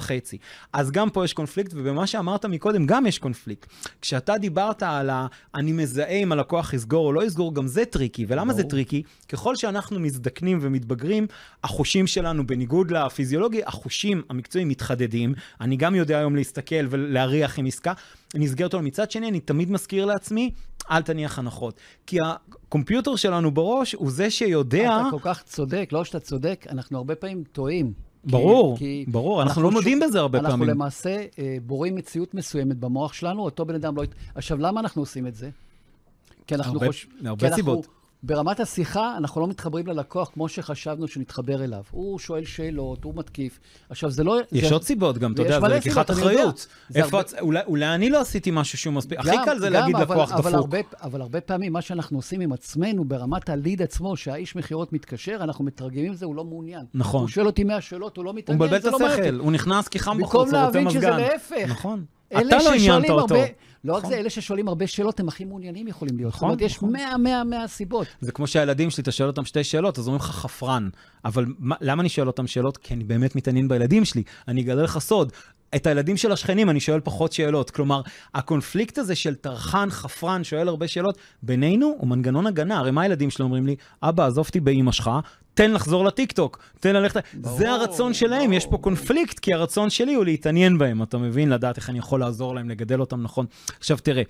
S1: וחצי. אז גם פה יש קונפליקט, ובמה שאמרת מקודם גם יש קונפליקט. כשאתה דיברת על ה... אני מזהה אם הלקוח יסגור או לא יסגור, גם זה טריקי. ולמה זה טריקי? ככל שאנחנו מזדקנים ומתבגרים, החושים שלנו, בניגוד לפיזיולוגי, החושים המקצועיים מתחדדים. אני גם יודע היום להסתכל ולהריח עם עסקה. אני אסגר אותו מצד שני, אני תמיד מזכיר לעצמי, אל תניח הנחות. כי הקומפיוטר שלנו בראש הוא זה שיודע...
S2: אתה כל כך צודק, לא שאתה צודק, אנחנו הרבה פעמים טועים.
S1: ברור, כי, ברור, אנחנו, אנחנו לא מודים בזה הרבה
S2: אנחנו
S1: פעמים.
S2: אנחנו למעשה אה, בורים מציאות מסוימת במוח שלנו, אותו בן אדם לא... עכשיו, למה אנחנו עושים את זה? כי אנחנו
S1: הרבה,
S2: חוש...
S1: הרבה
S2: כי
S1: סיבות.
S2: אנחנו, ברמת השיחה, אנחנו לא מתחברים ללקוח כמו שחשבנו שנתחבר אליו. הוא שואל שאלות, הוא מתקיף. עכשיו, זה לא...
S1: יש
S2: זה...
S1: עוד סיבות גם, אתה יודע, זה לקיחת אחריות. איפה... הרבה... אולי, אולי אני לא עשיתי משהו שהוא מספיק. הכי קל זה גם, להגיד אבל, לקוח
S2: אבל
S1: דפוק.
S2: הרבה, אבל הרבה פעמים, מה שאנחנו עושים עם עצמנו, ברמת הליד עצמו, שהאיש מחירות מתקשר, אנחנו מתרגמים את זה, הוא לא מעוניין.
S1: נכון.
S2: הוא שואל אותי מאה שאלות, הוא לא מתעניין.
S1: הוא מבלבל את השכל, הוא נכנס כי חם בחוץ, הוא רוצה מזגן.
S2: במקום להבין שזה להפך.
S1: נכון. אתה לא עניינת אותו.
S2: לא רק זה, אלה ששואלים הרבה שאלות, הם הכי מעוניינים יכולים להיות. זאת אומרת, יש מאה, מאה, מאה סיבות.
S1: זה כמו שהילדים שלי, אתה שואל אותם שתי שאלות, אז אומרים לך חפרן. אבל למה אני שואל אותם שאלות? כי אני באמת מתעניין בילדים שלי. אני אגלה לך סוד. את הילדים של השכנים אני שואל פחות שאלות. כלומר, הקונפליקט הזה של טרחן, חפרן, שואל הרבה שאלות, בינינו הוא מנגנון הגנה. הרי מה הילדים שלי אומרים לי? אבא, עזוב אותי באמא שלך, תן לחזור לטיקטוק, תן ללכת... זה הרצון שלהם, יש פה קונפליקט, כי הרצון שלי הוא להתעניין בהם, אתה מבין? לדעת איך אני יכול לעזור להם, לגדל אותם נכון. עכשיו תראה,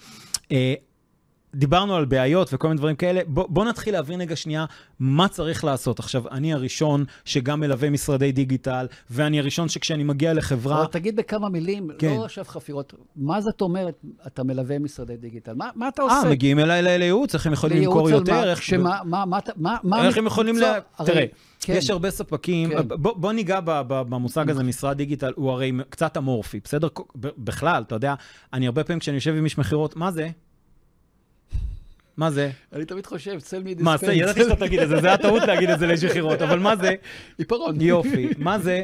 S1: דיברנו על בעיות וכל מיני דברים כאלה, בוא, בוא נתחיל להבין רגע שנייה מה צריך לעשות. עכשיו, אני הראשון שגם מלווה משרדי דיגיטל, ואני הראשון שכשאני מגיע לחברה...
S2: אבל תגיד בכמה מילים,
S1: כן.
S2: לא עכשיו חפירות, מה זאת אומרת, אתה מלווה משרדי דיגיטל? מה, מה אתה עושה?
S1: אה, מגיעים אליי לייעוץ, איך הם יכולים למכור יותר? איך...
S2: שמה, מה, מה, מה, מה...
S1: איך הם יכולים ל... תראה,
S2: כן.
S1: יש הרבה ספקים,
S2: כן.
S1: בוא, בוא ניגע במושג הזה, משרד דיגיטל, הוא הרי קצת אמורפי, בסדר? בכלל, אתה יודע, אני הרבה פעמים כשאני יושב עם איש מחירות, מה זה? מה זה?
S2: אני תמיד חושב, צל מי דיספנס.
S1: מה זה? ידעתי שאתה תגיד את זה, זה הטעות להגיד את זה לאיש מחירות, אבל מה זה?
S2: עיפרון.
S1: יופי. מה זה?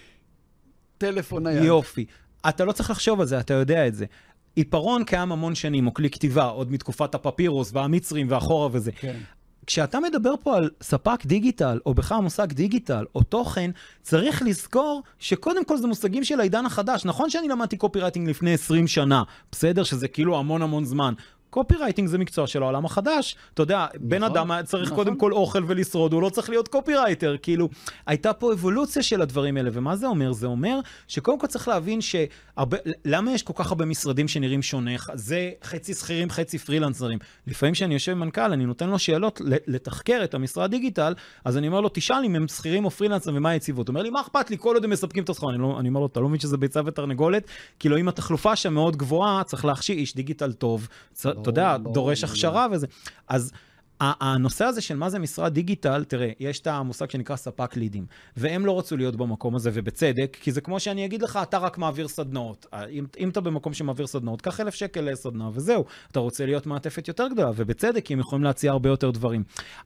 S2: טלפון נייד.
S1: יופי. אתה לא צריך לחשוב על זה, אתה יודע את זה. עיפרון קיים המון שנים, או כלי כתיבה, עוד מתקופת הפפירוס והמצרים והחורה וזה.
S2: כן.
S1: כשאתה מדבר פה על ספק דיגיטל, או בכלל מושג דיגיטל, או תוכן, צריך לזכור שקודם כל זה מושגים של העידן החדש. נכון שאני למדתי קופירייטינג לפני עשרים שנה, בסדר? שזה כאילו המון המון זמן. קופירייטינג זה מקצוע של העולם החדש. אתה יודע, נכון, בן אדם צריך נכון. קודם כל אוכל ולשרוד, הוא לא צריך להיות קופירייטר. כאילו, הייתה פה אבולוציה של הדברים האלה, ומה זה אומר? זה אומר שקודם כל צריך להבין שהרבה, למה יש כל כך הרבה משרדים שנראים שונה? זה חצי שכירים, חצי פרילנסרים. לפעמים שאני יושב עם מנכ"ל, אני נותן לו שאלות לתחקר את המשרד דיגיטל, אז אני אומר לו, תשאל אם הם שכירים או פרילנסרים ומה היציבות. הוא אומר לי, מה אכפת לי? כל עוד הם מספקים את הסחורה. אני, לא, אני אומר לו, אתה לא מבין שזה ביצה ותרנגולת? כאילו, אם התחלופה שם מאוד גבוהה, צריך להכשיר איש דיגיטל טוב. אתה יודע, דורש הכשרה וזה. אז הנושא הזה של מה זה משרד דיגיטל, תראה, יש את המושג שנקרא ספק לידים, והם לא רצו להיות במקום הזה, ובצדק, כי זה כמו שאני אגיד לך, אתה רק מעביר סדנאות. אם, אם אתה במקום שמעביר סדנאות, קח אלף שקל לסדנה, וזהו. אתה רוצה להיות מעטפת יותר גדולה, ובצדק, כי הם יכולים להציע הרבה יותר דברים.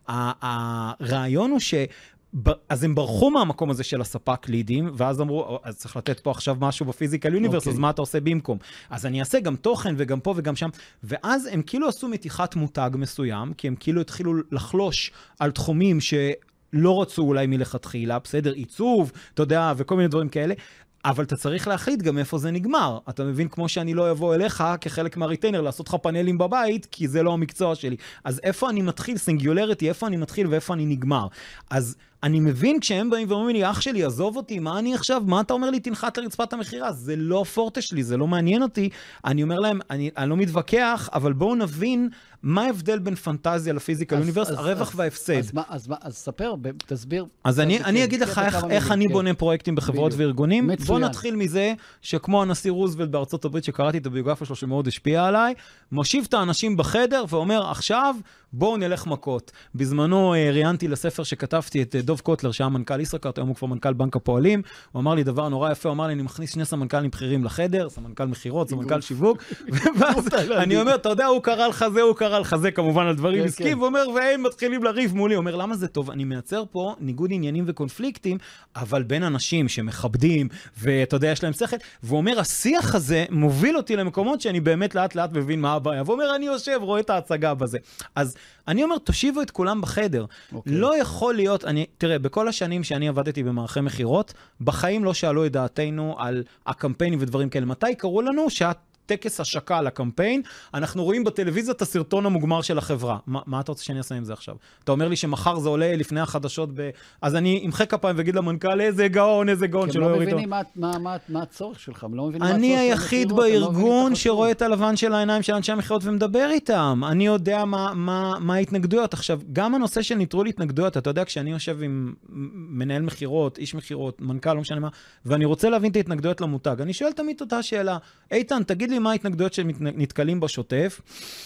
S1: הרעיון הוא ש... אז הם ברחו מהמקום הזה של הספק לידים, ואז אמרו, אז צריך לתת פה עכשיו משהו בפיזיקל יוניברס, אז מה אתה עושה במקום? אז אני אעשה גם תוכן וגם פה וגם שם, ואז הם כאילו עשו מתיחת מותג מסוים, כי הם כאילו התחילו לחלוש על תחומים שלא רצו אולי מלכתחילה, בסדר, עיצוב, אתה יודע, וכל מיני דברים כאלה, אבל אתה צריך להחליט גם איפה זה נגמר. אתה מבין, כמו שאני לא אבוא אליך כחלק מהריטיינר, לעשות לך פאנלים בבית, כי זה לא המקצוע שלי. אז איפה אני מתחיל, סינגולריטי, איפה אני מתחיל ואיפה אני נגמר. אז אני מבין כשהם באים ואומרים לי, אח שלי, עזוב אותי, מה אני עכשיו, מה אתה אומר לי, תנחת לרצפת המחירה? זה לא הפורטה שלי, זה לא מעניין אותי. אני אומר להם, אני, אני לא מתווכח, אבל בואו נבין מה ההבדל בין פנטזיה לפיזיקל יוניברס, הרווח וההפסד.
S2: אז, אז, אז, אז ספר, תסביר.
S1: אז אני, אני אגיד לך איך, איך אני בונה פרויקטים בחברות וארגונים. בוא נתחיל מזה שכמו הנשיא רוזוולט בארצות הברית, שקראתי את הביוגרפיה שלו שמאוד השפיעה עליי, מושיב את האנשים בחדר ואומר, עכשיו בואו נלך מכות. בזמנו ראיינתי לספר שכתבתי את דוב קוטלר, שהיה מנכ"ל ישראכרט, היום הוא כבר מנכ"ל בנק הפועלים. הוא אמר לי דבר נורא יפה, הוא אמר לי, אני מכניס שני סמנכ"לים בכירים לחדר, סמנכ"ל מחירות, סמנכ"ל שיווק, ואז אני אומר, אתה יודע, הוא קרא לך זה, הוא קרא לך זה, כמובן על דברים עסקיים, ואומר, והם מתחילים לריב מולי. הוא אומר, למה זה טוב? אני מייצר פה ניגוד עניינים וקונפליקטים, אבל בין אנשים שמכבדים, ואתה יודע, יש להם שכל, והוא אומר, השיח הזה מוביל אותי למקומות שאני באמת לאט לאט מבין מה הבעיה. והוא אומר, אני יושב, רואה את ההצגה בזה. אז אני אומר, תושיבו את כולם בחדר.
S2: אוקיי.
S1: לא יכול להיות, אני, תראה, בכל השנים שאני עבדתי במערכי מחירות, בחיים לא שאלו את דעתנו על הקמפיינים ודברים כאלה. מתי קראו לנו שאת טקס השקה על הקמפיין, אנחנו רואים בטלוויזיה את הסרטון המוגמר של החברה. מה, מה אתה רוצה שאני אעשה עם זה עכשיו? אתה אומר לי שמחר זה עולה לפני החדשות, ב... אז אני אמחא כפיים ואגיד למנכ"ל, איזה גאון, איזה גאון, שלא יוריד אותו.
S2: כי הם לא מבינים מה, מה, מה, מה הצורך שלך, הם לא מבינים מה הצורך
S1: אני
S2: של
S1: היחיד
S2: המחירות,
S1: בארגון
S2: לא
S1: שרואה את הלבן של העיניים של אנשי המחירות ומדבר איתם. אני יודע מה, מה, מה ההתנגדויות. עכשיו, גם הנושא של ניטרול התנגדויות, אתה יודע, כשאני יושב עם מנהל מחירות, איש מחירות, מנכ"ל, לא משנה מה, ואני רוצה להבין את ההתנגדויות למותג. אני שואל תמיד אותה שאלה, איתן, תגיד לי מה ההתנגדויות שנתקלים בשוטף,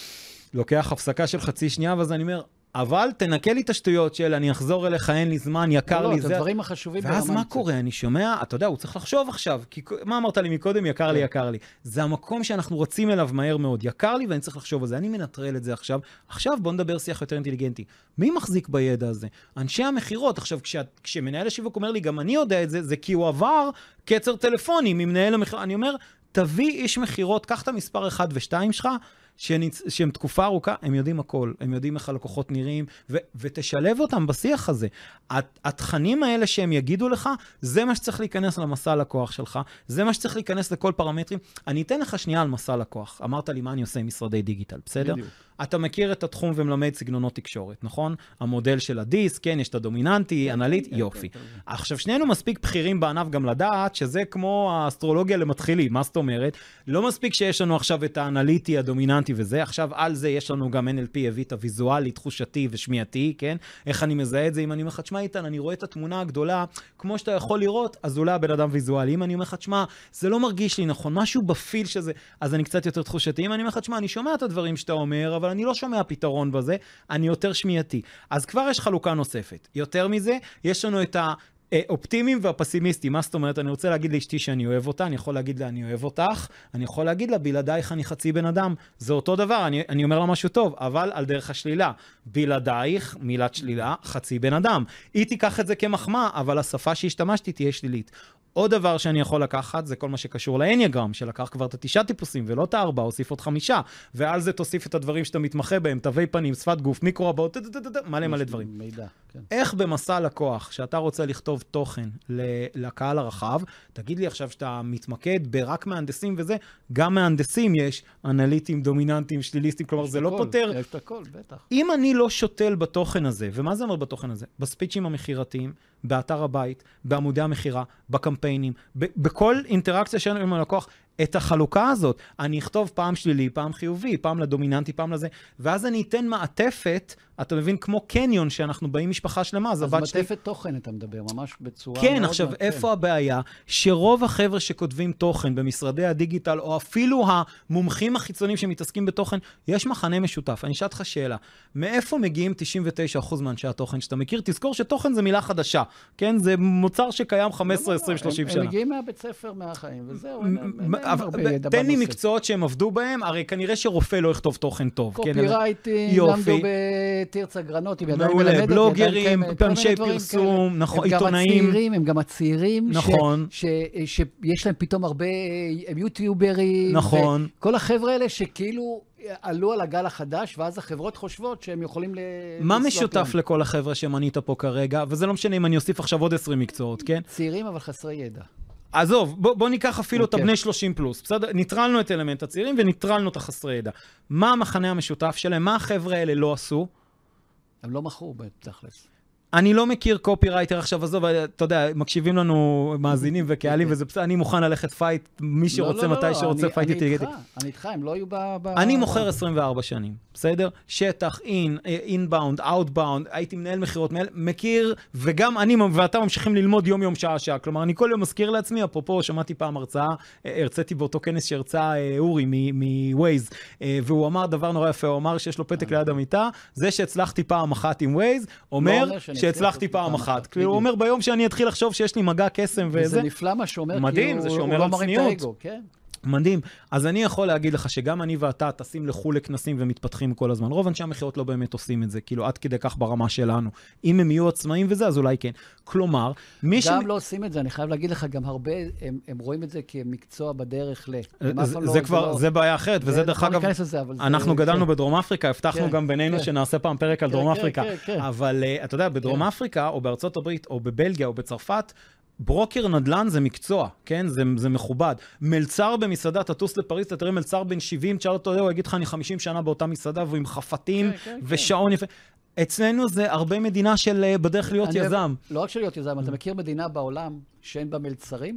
S1: לוקח הפסקה של חצי שנייה, ואז אני אומר, אבל תנקה לי את השטויות של, אני אחזור אליך, אין לי זמן, יקר לי
S2: זה. לא, את הדברים החשובים ברמה.
S1: ואז מה קורה? אני שומע, אתה יודע, הוא צריך לחשוב עכשיו, כי מה אמרת לי מקודם? יקר לי, יקר לי. זה המקום שאנחנו רצים אליו מהר מאוד. יקר לי ואני צריך לחשוב על זה. אני מנטרל את זה עכשיו. עכשיו בוא נדבר שיח יותר אינטליגנטי. מי מחזיק בידע הזה? אנשי המחירות. עכשיו, כשמנהל השיווק אומר לי, גם אני יודע את זה, זה כי הוא עבר קצר טלפונים ממנהל המחירות. אני אומר, תביא איש מחירות, קח את המספר אחד ושתיים שלך, שהם תקופה ארוכה, הם יודעים הכל, הם יודעים איך הלקוחות נראים, ו- ותשלב אותם בשיח הזה. התכנים האלה שהם יגידו לך, זה מה שצריך להיכנס למסע לקוח שלך, זה מה שצריך להיכנס לכל פרמטרים. אני אתן לך שנייה על מסע לקוח. אמרת לי מה אני עושה עם משרדי דיגיטל, בסדר? בדיוק. אתה מכיר את התחום ומלמד סגנונות תקשורת, נכון? המודל של הדיסק, כן, יש את הדומיננטי, אנליט, יופי. עכשיו, שנינו מספיק בכירים בענף גם לדעת שזה כמו האסטרולוגיה למתחילים, מה זאת אומרת? לא מספיק שיש לנו עכשיו את האנליטי, הדומיננטי וזה, עכשיו על זה יש לנו גם אן אל פי, הביא את הוויזואלי, תחושתי ושמיעתי, כן? איך אני מזהה את זה? אם אני אומר לך, תשמע איתן, אני רואה את התמונה הגדולה, כמו שאתה יכול לראות, אז אולי הבן אדם ויזואלי. אם אני אומר לך, תשמע, זה לא מרגיש לי נכון, משהו בפיל שזה, אז אני קצת יותר תחושתי. אם אני אומר לך, תשמע, אני שומע את הדברים שאתה אומר, אבל אני לא שומע פתרון בזה, אני יותר שמיעתי. אז כבר יש חלוקה נוספת. יותר מזה, יש לנו את האופטימיים והפסימיסטים. מה זאת אומרת? אני רוצה להגיד לאשתי שאני אוהב אותה, אני יכול להגיד לה, אני אוהב אותך, אני יכול להגיד לה, בלעדייך אני חצי בן אדם. זה אותו דבר, אני, אני אומר לה משהו טוב, אבל על דרך השלילה. בלעדייך, מילת שלילה, חצי בן אדם. היא תיקח את זה כמחמאה, אבל השפה שהשתמשתי תהיה שלילית. עוד דבר שאני יכול לקחת, זה כל מה שקשור לאניאגרם, שלקח כבר את התשעה טיפוסים, ולא את הארבע, הוסיף עוד חמישה, ועל זה תוסיף את הדברים שאתה מתמחה בהם, תווי פנים, שפת גוף, מיקרו הבאות, מלא מלא דברים.
S2: מידע, כן.
S1: איך במסע לקוח, שאתה רוצה לכתוב תוכן לקהל הרחב, תגיד לי עכשיו שאתה מתמקד ברק מהנדסים וזה, גם מהנדסים יש אנליטים, דומיננטים, שליליסטים, כלומר זה לא פותר.
S2: יש את הכל, בטח.
S1: אם אני לא שותל בתוכן הזה, ומה זה אומר בתוכן הזה? בספיצ'ים המחירתיים, באתר הבית, בעמודי המחירה, בקמפיינים, בכל אינטראקציה שלנו עם הלקוח, את החלוקה הזאת, אני אכתוב פעם שלילי, פעם חיובי, פעם לדומיננטי, פעם לזה, ואז אני אתן מעטפת, אתה מבין, כמו קניון, שאנחנו באים משפחה שלמה, אז הבת שלי...
S2: אז מעטפת תוכן אתה מדבר, ממש בצורה...
S1: כן, עכשיו, איפה הבעיה? שרוב החבר'ה שכותבים תוכן במשרדי הדיגיטל, או אפילו המומחים החיצוניים שמתעסקים בתוכן, יש מחנה משותף. אני אשאל אותך שאלה, מאיפה מגיעים תשעים ותשעה אחוז מאנשי התוכן שאתה מכיר? תזכור שתוכן זה מילה חדשה, כן? זה מוצר שקיים חמש עשרה, עשרים, שלושים שנה.
S2: הם מגיעים מהבית ספר, מהחיים, וזהו.
S1: תן לי מקצועות שהם עבדו בהם, הרי כנראה שרופא לא יכתוב תוכן טוב.
S2: קופירייטינג, למדו בתרצה גרנות, עם ידיים מלמדת,
S1: מעולה, בלוגרים, אנשי פרסום, עיתונאים.
S2: הם גם הצעירים, שיש להם פתאום הרבה יוטיוברים.
S1: נכון.
S2: כל החבר'ה האלה שכאילו עלו על הגל החדש, ואז החברות חושבות שהם יכולים ל...
S1: מה משותף לכל החבר'ה שמנית פה כרגע? וזה לא משנה אם אני אוסיף עכשיו עוד עשרים מקצועות, כן?
S2: צעירים אבל חסרי ידע.
S1: עזוב, בוא, בוא ניקח אפילו okay. את הבני שלושים פלוס, בסדר? ניטרלנו את אלמנט הצעירים וניטרלנו את החסרי ידע. מה המחנה המשותף שלהם? מה החבר'ה האלה לא עשו?
S2: הם לא מכרו בתכלס.
S1: אני לא מכיר קופירייטר עכשיו, עזוב, אתה יודע, מקשיבים לנו מאזינים וקהלים, וזה בסדר, אני מוכן ללכת פייט, מי שרוצה, מתי שרוצה, פייט איתי.
S2: אני איתך, הם לא היו ב...
S1: אני מוכר עשרים וארבע שנים, בסדר? שטח, אין, אינבאונד, אאוטבאונד, הייתי מנהל מחירות, מכיר, וגם אני ואתה ממשיכים ללמוד יום יום שעה שעה, כלומר, אני כל יום מזכיר לעצמי, אפרופו, שמעתי פעם הרצאה, הרציתי באותו כנס שהרצה אורי מווייז, והוא אמר דבר נורא יפה, הוא אמר שיש לו פתק ליד המיטה, זה שהצלחתי פעם אחת עם ווייז, אומר שהצלחתי פעם אחת. הוא אומר ביום שאני אתחיל לחשוב שיש לי מגע קסם וזה.
S2: זה נפלא מה שאומר,
S1: מדהים, זה שאומר על צניעות. מדהים. אז אני יכול להגיד לך שגם אני ואתה טסים לחו"ל לכנסים ומתפתחים כל הזמן. רוב אנשי המכירות לא באמת עושים את זה, כאילו עד כדי כך ברמה שלנו. אם הם יהיו עצמאים וזה, אז אולי כן. כלומר, מי ש...
S2: גם לא עושים את זה, אני חייב להגיד לך, גם הרבה, הם, הם רואים את זה כמקצוע בדרך ל...
S1: זה, זה כבר, זה בעיה אחרת, וזה דרך אגב, אנחנו גדלנו בדרום אפריקה, הבטחנו גם בינינו שנעשה פעם פרק על דרום אפריקה, אבל אתה יודע, בדרום אפריקה, או בארצות הברית, או בבלגיה, או בצרפת, ברוקר נדל"ן זה מקצוע, כן? זה, זה מכובד. מלצר במסעדה, תטוס לפריז, אתה תראה מלצר בן שבעים, תשאל אותו, הוא יגיד לך, אני חמישים שנה באותה מסעדה, והוא עם חפתים כן, כן, ושעון כן. יפה. אצלנו זה הרבה מדינה של בדרך להיות יזם.
S2: לא רק של להיות יזם, אתה מכיר מדינה בעולם שאין בה מלצרים?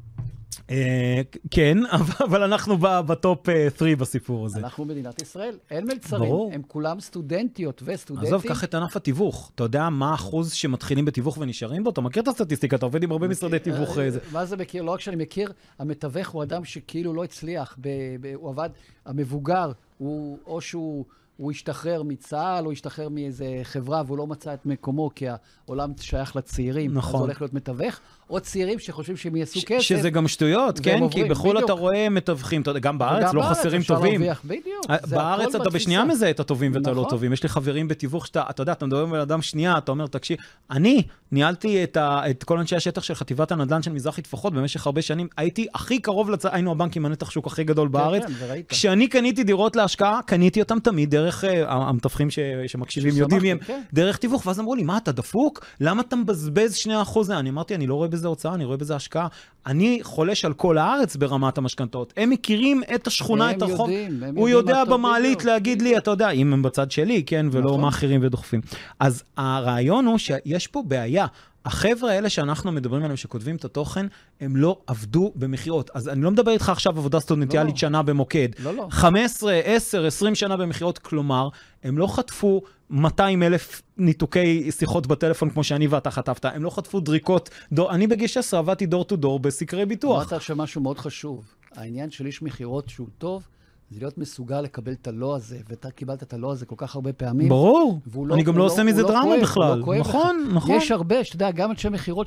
S1: כן, אבל אנחנו בטופ שלוש בסיפור הזה.
S2: אנחנו מדינת ישראל, אין מלצרים, הם כולם סטודנטיות וסטודנטים.
S1: עזוב, קח את ענף התיווך. אתה יודע מה האחוז שמתחילים בתיווך ונשארים בו? אתה מכיר את הסטטיסטיקה, אתה עובד עם הרבה משרדי תיווך.
S2: מה זה מכיר? לא רק שאני מכיר, המתווך הוא אדם שכאילו לא הצליח, הוא עבד, המבוגר, או שהוא... הוא השתחרר מצה"ל, הוא השתחרר מאיזה חברה, והוא לא מצא את מקומו, כי העולם שייך לצעירים, נכון. אז הוא הולך להיות מתווך. או צעירים שחושבים שהם יעשו כסף.
S1: שזה גם שטויות, כן? כי בחול אתה רואה מתווכים, גם בארץ לא חסרים טובים. בארץ אתה בשנייה מזהה את הטובים ואת הלא טובים. יש לי חברים בתיווך שאתה, אתה יודע, אתה מדבר עם אדם שנייה, אתה אומר, תקשיב, אני ניהלתי את כל אנשי השטח של חטיבת הנדל"ן של מזרחי טפחות במשך הרבה שנים, הייתי הכי קרוב לצ... היינו הבנק עם הנתח שוק הכי גדול בארץ. כשאני קניתי דירות להשקעה, קניתי אותם תמיד דרך המתווכים שמקשיבים יודעים מהם, דרך תיווך, ואז אמרו לי, מה, אתה דפוק? למה אתה מבזבז שני אחוז? אני אמרתי, אני לא רואה בזה הוצאה, אני רואה בזה השקעה. אני חולש על כל הארץ ברמת המשכנתאות. הם מכירים את השכונה, את החום. הוא יודע במעלית להגיד לי, אתה יודע, אם הם בצד שלי, כן, ולא מאחרים ודוחפים. אז הרעיון הוא שיש פה בעיה. החבר'ה האלה שאנחנו מדברים עליהם, שכותבים את התוכן, הם לא עבדו במחירות. אז אני לא מדבר איתך עכשיו עבודה סטודנטיאלית שנה במוקד.
S2: לא, לא.
S1: חמש עשרה, עשר, עשרים שנה במחירות, כלומר, הם לא חטפו מאתיים אלף ניתוקי שיחות בטלפון כמו שאני ואתה חטפת. הם לא חטפו דריקות. דור, אני בגיל שש עשרה עבדתי דור טו דור בסקרי ביטוח.
S2: אמרת עכשיו משהו מאוד חשוב. העניין של איש מחירות שהוא טוב, זה להיות מסוגל לקבל את הלא הזה, ואתה קיבלת את הלא הזה כל כך הרבה פעמים.
S1: ברור. אני גם לא עושה מזה דרמה בכלל. נכון, נכון.
S2: יש הרבה, שאתה יודע, גם אנשי מחירות,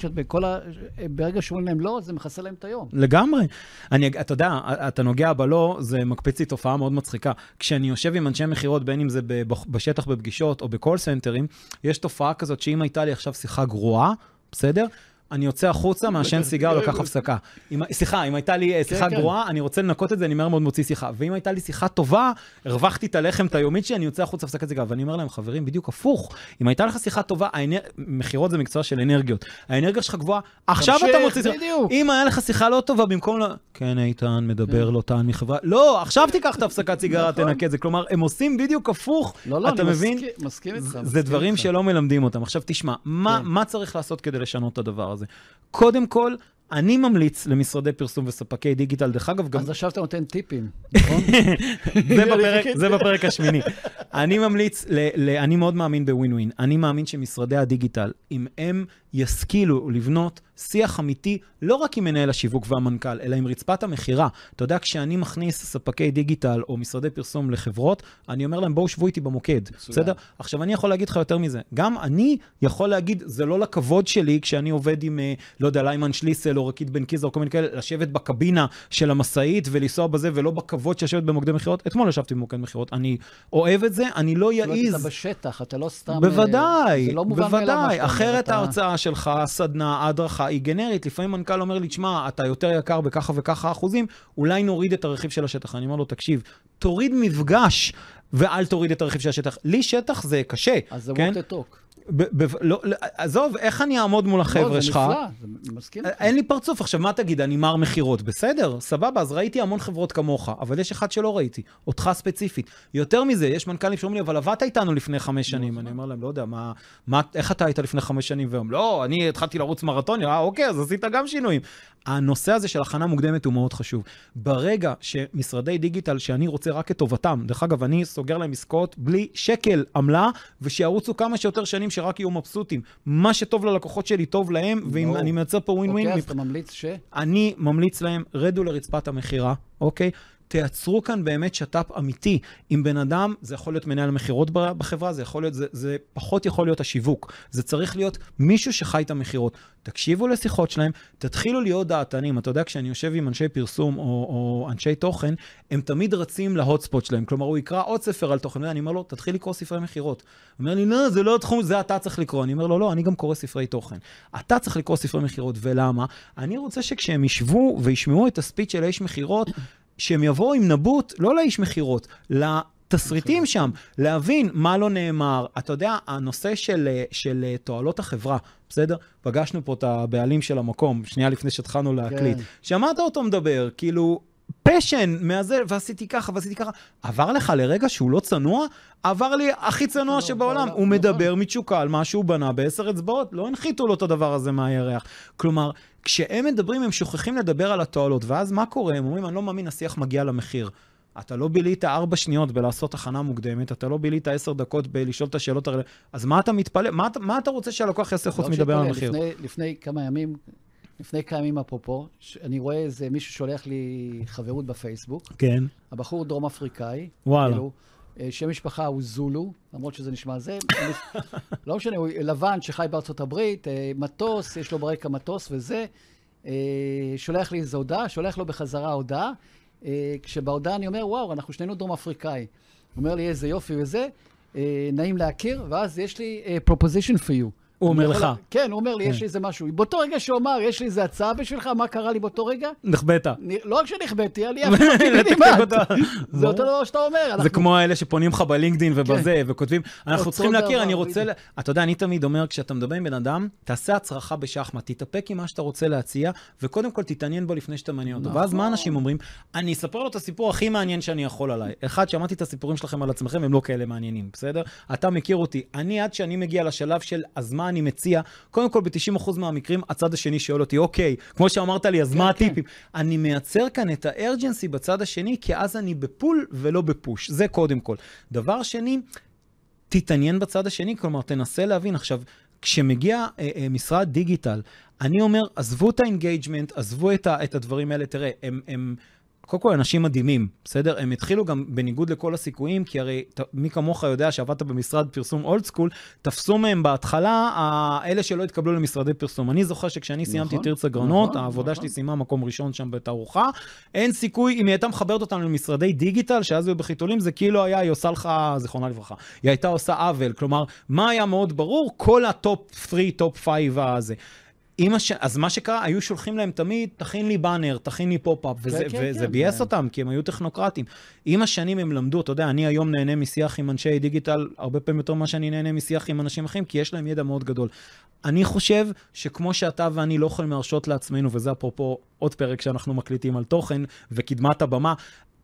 S2: שברגע שאומרים להם לא, זה מכסה להם את היום.
S1: לגמרי. אתה יודע, אתה נוגע בלא, זה מקפיץ לי תופעה מאוד מצחיקה. כשאני יושב עם אנשי מחירות, בין אם זה בשטח בפגישות או בקול סנטרים, יש תופעה כזאת שאם הייתה לי עכשיו שיחה גרועה, בסדר? אני יוצא החוצה, מעשן סיגר, לוקח הפסקה. סליחה, אם הייתה לי שיחה גרועה, אני רוצה לנקות את זה, אני מהר מאוד מוציא שיחה. ואם הייתה לי שיחה טובה, הרווחתי את הלחם, את היומית שלי, אני יוצא החוצה, הפסקת סיגר. ואני אומר להם, חברים, בדיוק הפוך. אם הייתה לך שיחה טובה, מחירות זה מקצוע של אנרגיות. האנרגיה שלך גבוהה, עכשיו אתה מוציא שיחה. אם היה לך שיחה לא טובה, במקום לא... כן, איתן, מדבר, לא טען מחברה. לא, עכשיו תיקח את הפסקת סיגרה, תנקה את זה. כלומר, הם עושים בדיוק הפוך. אתה מבין? זה דברים שלא מלמדים אותם. עכשיו תשמע, מה צריך לעשות כדי לשנות את הדבר הזה? קודם כל, אני ממליץ למשרדי פרסום וספקי דיגיטל, דרך אגב גם...
S2: אז עכשיו אתה נותן טיפים, נכון?
S1: זה בפרק השמיני. אני ממליץ, אני מאוד מאמין בווין ווין. אני מאמין שמשרדי הדיגיטל, אם הם ישכילו לבנות שיח אמיתי, לא רק עם מנהל השיווק והמנכ"ל, אלא עם רצפת המחירה. אתה יודע, כשאני מכניס ספקי דיגיטל או משרדי פרסום לחברות, אני אומר להם, בואו שבו איתי במוקד. בסדר? עכשיו, אני יכול להגיד לך יותר מזה. גם אני יכול להגיד, זה לא לכבוד שלי, כשאני עובד עם, לא יודע, ליימן שליסל או רקית בן קיזר, או כל מיני כאלה, לשבת בקבינה של המסעית ולנסוע בזה, ולא בכבוד שישבת במוקדי מחירות. אתמול ישבתי במוקד מחירות. אני אוהב את זה, אני לא יעיז.
S2: אתה בשטח, אתה לא סתם...
S1: בוודאי, בוודאי. אחרת ההרצאה שלך, הסדנה, ההדרכה, היא גנרית. לפעמים מנכ"ל אומר לי, תשמע, אתה יותר יקר בככה וככה אחוזים, אולי נוריד את הרכיב של השטח. אני אומר לו, תקשיב, תוריד מפגש ואל תוריד את הרכיב של השטח. לי שטח זה קשה.
S2: אז זה walk the talk.
S1: עזוב, איך אני אעמוד מול החבר'ה שלך?
S2: לא, זה נפלא, זה מסכים.
S1: אין לי פרצוף. עכשיו, מה תגיד? אני מר מחירות. בסדר, סבבה, אז ראיתי המון חברות כמוך, אבל יש אחד שלא ראיתי, אותך ספציפית. יותר מזה, יש מנכ"לים שאומרים לי, אבל עבדת איתנו לפני חמש שנים. אני אומר להם, לא יודע, איך אתה היית לפני חמש שנים? והם, לא, אני התחלתי לרוץ מרתון, אה, אוקיי, אז עשית גם שינויים. הנושא הזה של הכנה מוקדמת הוא מאוד חשוב. ברגע שמשרדי דיגיטל, שאני רוצה רק את טובתם, דרך אגב, אני סוגר להם עסקאות בלי שקל עמלה, ושירוצו כמה שיותר שנים שרק יהיו מבסוטים. מה שטוב ללקוחות שלי, טוב להם, ואם אני מייצר פה ווין ווין...
S2: אוקיי, אז אתה ממליץ ש...
S1: אני ממליץ להם, רדו לרצפת המחירה, אוקיי? תייצרו כאן באמת שטאפ אמיתי. עם בן אדם, זה יכול להיות מנהל מחירות בחברה, זה יכול להיות, זה, זה פחות יכול להיות השיווק. זה צריך להיות מישהו שחי את המחירות. תקשיבו לשיחות שלהם, תתחילו להיות דעתנים. אתה יודע, כשאני יושב עם אנשי פרסום או, או אנשי תוכן, הם תמיד רצים להוטספוט שלהם. כלומר, הוא יקרא עוד ספר על תוכן, ואני אומר לו, תתחיל לקרוא ספרי מחירות. הוא אומר לי, לא, זה לא התחום, זה אתה צריך לקרוא. אני אומר לו, לא, אני גם קורא ספרי תוכן. אתה צריך לקרוא ספרי מחירות, ולמה? אני רוצה שכשהם ישבו וישמעו את הספיץ של האיש מחירות, שהם יבואו עם נבוט, לא לאיש מחירות, לתסריטים שם, להבין מה לא נאמר. אתה יודע, הנושא של, של תועלות החברה, בסדר? פגשנו פה את הבעלים של המקום, שנייה לפני שהתחלנו להקליט. כן. שמעת אותו מדבר, כאילו, פשן מהזה, ועשיתי ככה, ועשיתי ככה. עבר לך לרגע שהוא לא צנוע? עבר לי הכי צנוע שבעולם. הוא מדבר מתשוקה על מה שהוא בנה בעשר אצבעות, לא הנחיתו לו את הדבר הזה מהירח. כלומר, כשהם מדברים, הם שוכחים לדבר על התועלות, ואז מה קורה? הם אומרים, אני לא מאמין, השיח מגיע למחיר. אתה לא בילית ארבע שניות בלעשות הכנה מוקדמת, אתה לא בילית עשר דקות בלשאול את השאלות הרלוונטיות. אז מה אתה מתפלא? מה, מה אתה רוצה שהלקוח יעשה חוץ מדבר על המחיר?
S2: לפני, לפני כמה ימים, לפני כמה ימים אפרופו, אני רואה איזה מישהו שולח לי חברות בפייסבוק.
S1: כן.
S2: הבחור דרום אפריקאי.
S1: וואלה.
S2: כאילו, שם משפחה הוא זולו, למרות שזה נשמע זה. לא משנה, הוא לבן שחי בארצות הברית, מטוס, יש לו ברקע מטוס וזה. שולח לי איזו הודעה, שולח לו בחזרה הודעה. כשבהודעה אני אומר, וואו, אנחנו שנינו דרום אפריקאי. הוא אומר לי, איזה יופי וזה, נעים להכיר, ואז יש לי proposition for you.
S1: הוא אומר לך.
S2: כן, הוא אומר לי, יש לי איזה משהו. באותו רגע שהוא אמר, יש לי איזה הצעה בשבילך, מה קרה לי באותו רגע?
S1: נחבאת.
S2: לא רק שנכבאתי, אני אף אחד. זה אותו דבר שאתה אומר.
S1: זה כמו האלה שפונים לך בלינקדין ובזה, וכותבים, אנחנו צריכים להכיר, אני רוצה... אתה יודע, אני תמיד אומר, כשאתה מדבר עם בן אדם, תעשה הצרחה בשחמט, תתאפק עם מה שאתה רוצה להציע, וקודם כל תתעניין בו לפני שאתה מעניין אותו. ואז מה אנשים אומרים? אני אספר לו את הסיפור הכי מעניין שאני יכול עליי. אחד, שמעתי את הסיפורים שלכם על עצמכם, הם לא כאלה מעניינים, בסדר? אתה מכיר אותי. אני עד שאני מגיע לשלב של אז מה אני מציע, קודם כל ב-תשעים אחוז מהמקרים הצד השני שואל אותי, אוקיי, כמו שאמרת לי, אז מה הטיפים? אני מייצר כאן את הארג'נסי בצד השני, כי אז אני בפול ולא בפוש. זה קודם כל. דבר שני, תתעניין בצד השני, כלומר, תנסה להבין. עכשיו, כשמגיע אה, אה, משרד דיגיטל, אני אומר, עזבו את האנגייג'מנט, עזבו את, ה, את הדברים האלה, תראה, הם... הם קודם כל, אנשים מדהימים, בסדר? הם התחילו גם בניגוד לכל הסיכויים, כי הרי מי כמוך יודע שעבדת במשרד פרסום אולד סקול, תפסו מהם בהתחלה, האלה שלא התקבלו למשרדי פרסום. אני זוכר שכשאני סיימתי תרצה גרנות, העבודה שלי סיימה מקום ראשון שם בתערוכה, אין סיכוי, אם היא הייתה מחברת אותנו למשרדי דיגיטל, שאז היו בחיתולים, זה כאילו היה, היא עושה לך, זיכרונה לברכה, היא הייתה עושה עוול. כלומר, מה היה מאוד ברור? כל הטופ שלוש, טופ חמש הזה. הש... אז מה שקרה, היו שולחים להם תמיד, תכין לי באנר, תכין לי פופ-אפ, וזה, כן, וזה כן, בייס כן. אותם, כי הם היו טכנוקרטים. עם השנים הם למדו, אתה יודע, אני היום נהנה משיח עם אנשי דיגיטל, הרבה פעמים יותר מה שאני נהנה משיח עם אנשים אחרים, כי יש להם ידע מאוד גדול. אני חושב שכמו שאתה ואני לא יכולים להרשות לעצמנו, וזה אפרופו עוד פרק שאנחנו מקליטים על תוכן, וקדמת הבמה,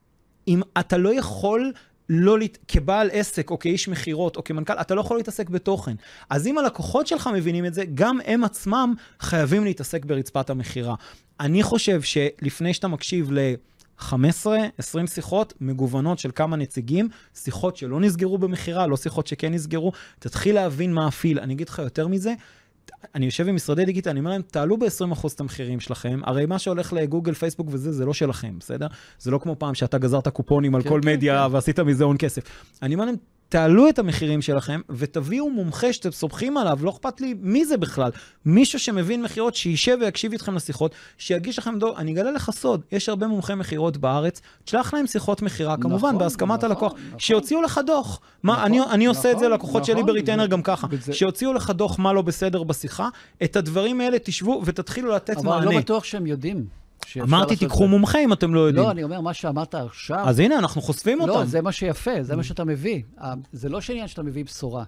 S1: אם אתה לא יכול... לא, כבעל עסק או כאיש מחירות או כמנכ"ל, אתה לא יכול להתעסק בתוכן. אז אם הלקוחות שלך מבינים את זה, גם הם עצמם חייבים להתעסק ברצפת המחירה. אני חושב שלפני שאתה מקשיב ל-חמש עשרה עשרים שיחות מגוונות של כמה נציגים, שיחות שלא נסגרו במחירה, לא שיחות שכן נסגרו, תתחיל להבין מה הפיל. אני אגיד לך יותר מזה, אני יושב עם משרדי דיגיטל, אני אומר להם, תעלו ב-עשרים אחוז את המחירים שלכם, הרי מה שהולך לגוגל, פייסבוק וזה, זה לא שלכם, בסדר? זה לא כמו פעם שאתה גזרת קופונים על כל מדיה ועשית מזה הון כסף. אני אומר להם, תעלו את המחירים שלכם ותביאו מומחה שאתם סומכים עליו, לא אכפת לי מי זה בכלל. מישהו שמבין מחירות, שישב ויקשיב איתכם לשיחות, שיגיש לכם דור, אני אגלה לך סוד, יש הרבה מומחי מחירות בארץ, תשלח להם שיחות מחירה, כמובן, בהסכמת הלקוח, שיוציאו לך דוח. אני עושה את זה ללקוחות שלי בריטיינר גם ככה, שיוציאו לך דוח מה לא בסדר בשיחה, את הדברים האלה תשבו ותתחילו לתת מענה.
S2: אבל לא בטוח שהם יודעים.
S1: אמרתי, תיקחו מומחה אם אתם לא יודעים.
S2: לא, אני אומר, מה שאמרת עכשיו...
S1: אז הנה, אנחנו חושפים אותם.
S2: לא, זה מה שיפה, זה מה שאתה מביא. זה לא שעניין שאתה מביא בשורה.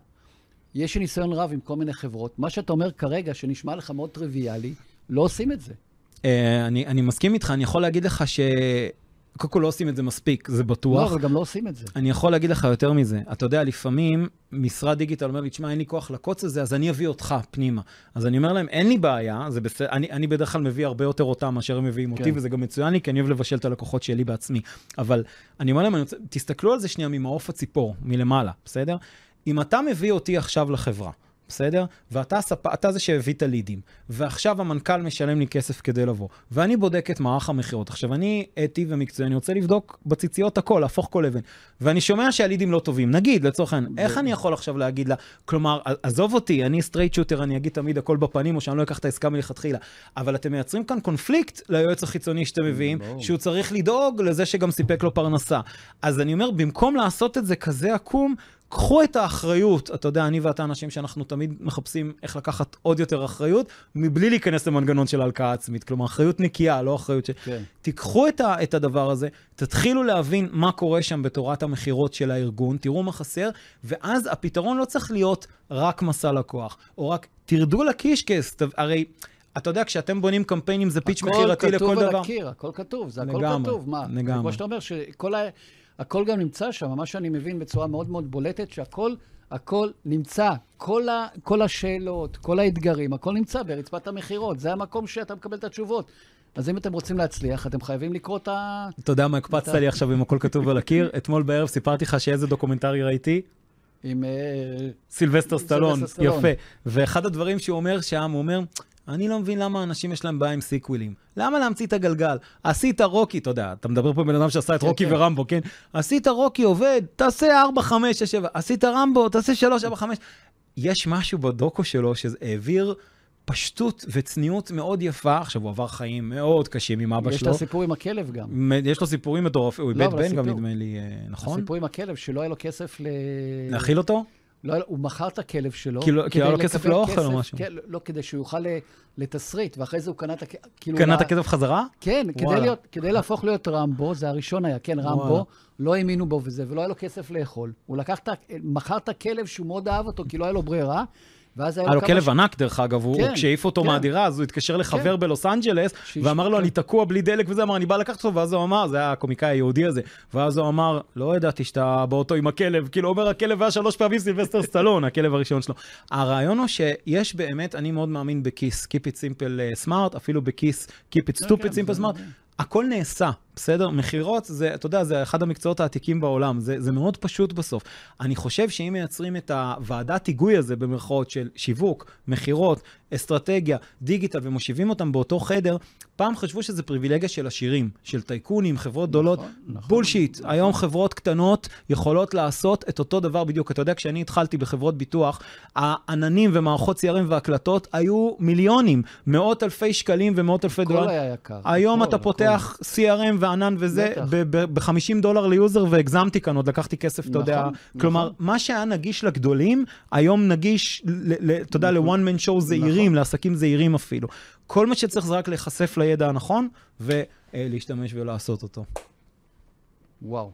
S2: יש ניסיון רב עם כל מיני חברות. מה שאתה אומר כרגע, שנשמע לך מאוד טריוויאלי, לא עושים את זה.
S1: אני מסכים איתך, אני יכול להגיד לך ש... קודם כל לא עושים את זה מספיק, זה בטוח.
S2: לא, אבל גם לא עושים את זה.
S1: אני יכול להגיד לך יותר מזה. אתה יודע, לפעמים משרד דיגיטל אומר לי, תשמע, אין לי כוח לקוץ הזה, אז אני אביא אותך פנימה. אז אני אומר להם, אין לי בעיה, זה בסדר, אני, אני בדרך כלל מביא הרבה יותר אותם מאשר הם מביאים אותי, כן. וזה גם מצוין לי, כי אני אוהב לבשל את הלקוחות שלי בעצמי. אבל אני אומר להם, אני רוצה, תסתכלו על זה שנייה ממעוף הציפור, מלמעלה, בסדר? אם אתה מביא אותי עכשיו לחברה, בסדר? ואתה ספ... אתה זה שהביא את הלידים, ועכשיו המנכ"ל משלם לי כסף כדי לבוא, ואני בודק את מערך המחירות. עכשיו, אני אתי ומקצועי, אני רוצה לבדוק בציציות הכל, להפוך כל אבן, ואני שומע שהלידים לא טובים. נגיד, לצורך העניין, איך אני יכול עכשיו להגיד לה, כלומר, עזוב אותי, אני סטרייט שוטר, אני אגיד תמיד הכל בפנים, או שאני לא אקח את העסקה מלכתחילה. אבל אתם מייצרים כאן קונפליקט ליועץ החיצוני שאתם מביאים, שהוא צריך לדאוג לזה שגם סיפק לו פרנסה. אז אני אומר, במקום לעשות את זה כזה עקום, קחו את האחריות. אתה יודע, אני ואתה אנשים שאנחנו תמיד מחפשים איך לקחת עוד יותר אחריות, מבלי להיכנס למנגנון של הלקאה עצמית. כלומר, אחריות נקייה, לא אחריות ש... כן. תיקחו את, ה, את הדבר הזה, תתחילו להבין מה קורה שם בתורת המחירות של הארגון, תראו מה חסר, ואז הפתרון לא צריך להיות רק מסע לקוח, או רק תרדו לקישקס, הרי... אתה יודע, כשאתם בונים קמפיינים, זה פיץ' מחירתי לכל דבר.
S2: הכל כתוב על הקיר, הכל כתוב, זה הכל כתוב. מה? כמו שאתה אומר, שכל ה... הכל גם נמצא שם, מה שאני מבין בצורה מאוד מאוד בולטת, שהכל, הכל נמצא, כל, ה, כל השאלות, כל האתגרים, הכל נמצא ברצפת המחירות, זה המקום שאתה מקבל את התשובות. אז אם אתם רוצים להצליח, אתם חייבים לקרוא את ה...
S1: אתה יודע מה הקפצת לי עכשיו עם הכל כתוב על הקיר? אתמול בערב סיפרתי לך שאיזה דוקומנטרי ראיתי?
S2: עם...
S1: סילבסטר סטלון, יפה. ואחד הדברים שהוא אומר שם, הוא אומר... אני לא מבין למה אנשים יש להם בעיה עם סיקווילים. למה להמציא את הגלגל? עשית רוקי, אתה יודע, אתה מדבר פה בן אדם שעשה את רוקי ורמבו, כן? עשית רוקי, עובד, תעשה ארבע, חמש, שש, שבע. עשית רמבו, תעשה שלוש, ארבע, חמש. יש משהו בדוקו שלו שהעביר פשטות וצניעות מאוד יפה. עכשיו, הוא עבר חיים מאוד קשים עם אבא שלו.
S2: יש לו סיפור עם הכלב גם.
S1: יש לו סיפורים מטורפים. הוא איבד בן גם נדמה לי, נכון?
S2: הסיפור עם הכלב, שלא היה לו כסף ל...
S1: להכיל אותו?
S2: לא, הוא מכר את הכלב שלו.
S1: כי לא היה לו כסף לאוכל או משהו.
S2: כן, לא, כדי שהוא יוכל לתסריט, ואחרי זה הוא קנה את הכסף.
S1: קנה את הכסף חזרה?
S2: כן, כדי להפוך להיות רמבו, זה הראשון היה, כן, רמבו, לא האמינו בו וזה, ולא היה לו כסף לאכול. הוא לקח את, מכר את הכלב שהוא מאוד אהב אותו, כי לא היה לו ברירה,
S1: היה לו כלב ענק דרך אגב, הוא כשהעיף אותו מהדירה, אז הוא התקשר לחבר בלוס אנג'לס, ואמר לו, אני תקוע בלי דלק וזה, אמר, אני בא לקחת אותו, ואז הוא אמר, זה היה הקומיקאי היהודי הזה, ואז הוא אמר, לא ידעתי שאתה באותו עם הכלב, כאילו אומר, הכלב היה שלוש פעמים סילבסטר סטלון, הכלב הראשון שלו. הרעיון הוא שיש באמת, אני מאוד מאמין בכיס, keep it simple smart, אפילו בכיס, keep it stupid simple smart, הכל נעשה, בסדר? מחירות, זה, אתה יודע, זה אחד המקצועות העתיקים בעולם, זה, זה מאוד פשוט בסוף. אני חושב שאם מייצרים את הוועדת היגוי הזה במרכאות של שיווק, מחירות, אסטרטגיה, דיגיטל, ומושיבים אותם באותו חדר, פעם חשבו שזה פריבילגיה של עשירים, של טייקונים, חברות גדולות, נכון, נכון, בולשיט. נכון. היום חברות קטנות יכולות לעשות את אותו דבר בדיוק. אתה יודע, כשאני התחלתי בחברות ביטוח, העננים ומערכות סי אר אם והקלטות היו מיליונים, מאות אלפי שקלים ומאות אלפי דולר.
S2: הכל היה יקר.
S1: היום
S2: הכל,
S1: אתה פותח הכל. סי אר אם וענן וזה, ב-חמישים דולר ליוזר, והגזמתי כאן, עוד לקחתי כסף, אתה יודע. כלומר, מה שהיה נגיש לגדולים, היום נגיש, אתה יודע, ל-one man show זעירים, לעסקים זעירים אפילו. כל מה שצריך זה רק להיחשף לידע הנכון, ולהשתמש ולעשות אותו.
S2: וואו.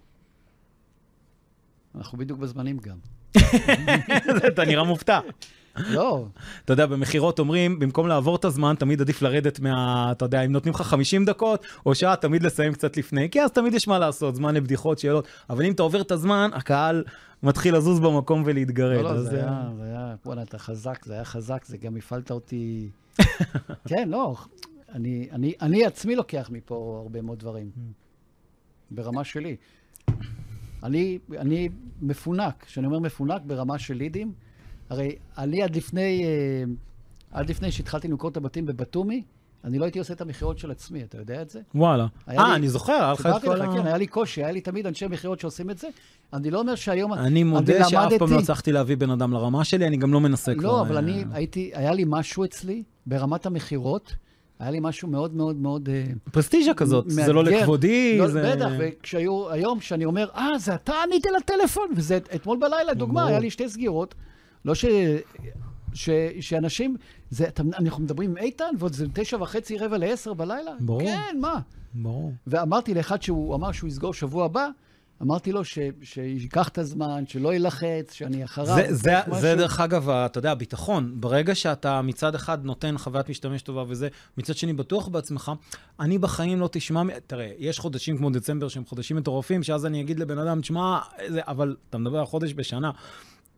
S2: אנחנו בדיוק בזמנים גם.
S1: אתה נראה מופתע.
S2: לא.
S1: אתה יודע, במחירות אומרים, במקום לעבור את הזמן, תמיד עדיף לרדת מה... אתה יודע, אם נותנים לך חמישים דקות, או שעה, תמיד לסיים קצת לפני, כי אז תמיד יש מה לעשות, זמן לבדיחות, שאלות. אבל אם אתה עובר את הזמן, הקהל מתחיל לזוז במקום ולהתגרד.
S2: לא, לא, זה היה, זה היה, בוא'נה, אתה חזק, זה היה חזק, זה גם הפעלת אותי... כן, לא, אני, אני, אני עצמי לוקח מפה הרבה מאוד דברים, ברמה שלי. אני, אני מפונק, כשאני אומר מפונק ברמה של לידים, הרי אני עד לפני, עד לפני שהתחלתי למכור את הבתים בבטומי, אני לא הייתי עושה את המחירות של עצמי, אתה יודע את זה?
S1: וואלה. אה, אני זוכר, היה לך את כל ה...
S2: כן, היה לי קושי, היה לי תמיד אנשי מחירות שעושים את זה. אני לא אומר שהיום...
S1: אני מודה שאף פעם לא הצלחתי להביא בן אדם לרמה שלי, אני גם לא מנסה כבר...
S2: לא, אבל אני הייתי, היה לי משהו אצלי, ברמת המחירות, היה לי משהו מאוד מאוד מאוד...
S1: פרסטיג'ה כזאת, זה לא לכבודי, זה...
S2: בטח, וכשהיו, היום, כשאני אומר, אה, זה אתה ענית לטלפון, וזה אתמול בלילה, דוגמה, היה לי שתי סגירות, לא ש... ש... שאנשים, זה, אנחנו מדברים עם איתן, ועוד זה תשע וחצי, רבע לעשר בלילה?
S1: ברור.
S2: כן, מה?
S1: ברור.
S2: ואמרתי לאחד שהוא אמר שהוא יסגור שבוע הבא, אמרתי לו ש... שיקח את הזמן, שלא ילחץ, שאני אחריו.
S1: זה, זה, זה דרך אגב, אתה יודע, הביטחון. ברגע שאתה מצד אחד נותן חוויית משתמש טובה וזה, מצד שני בטוח בעצמך, אני בחיים לא תשמע... תראה, יש חודשים כמו דצמבר שהם חודשים מטורפים, שאז אני אגיד לבן אדם, תשמע, זה... אבל אתה מדבר על חודש בשנה.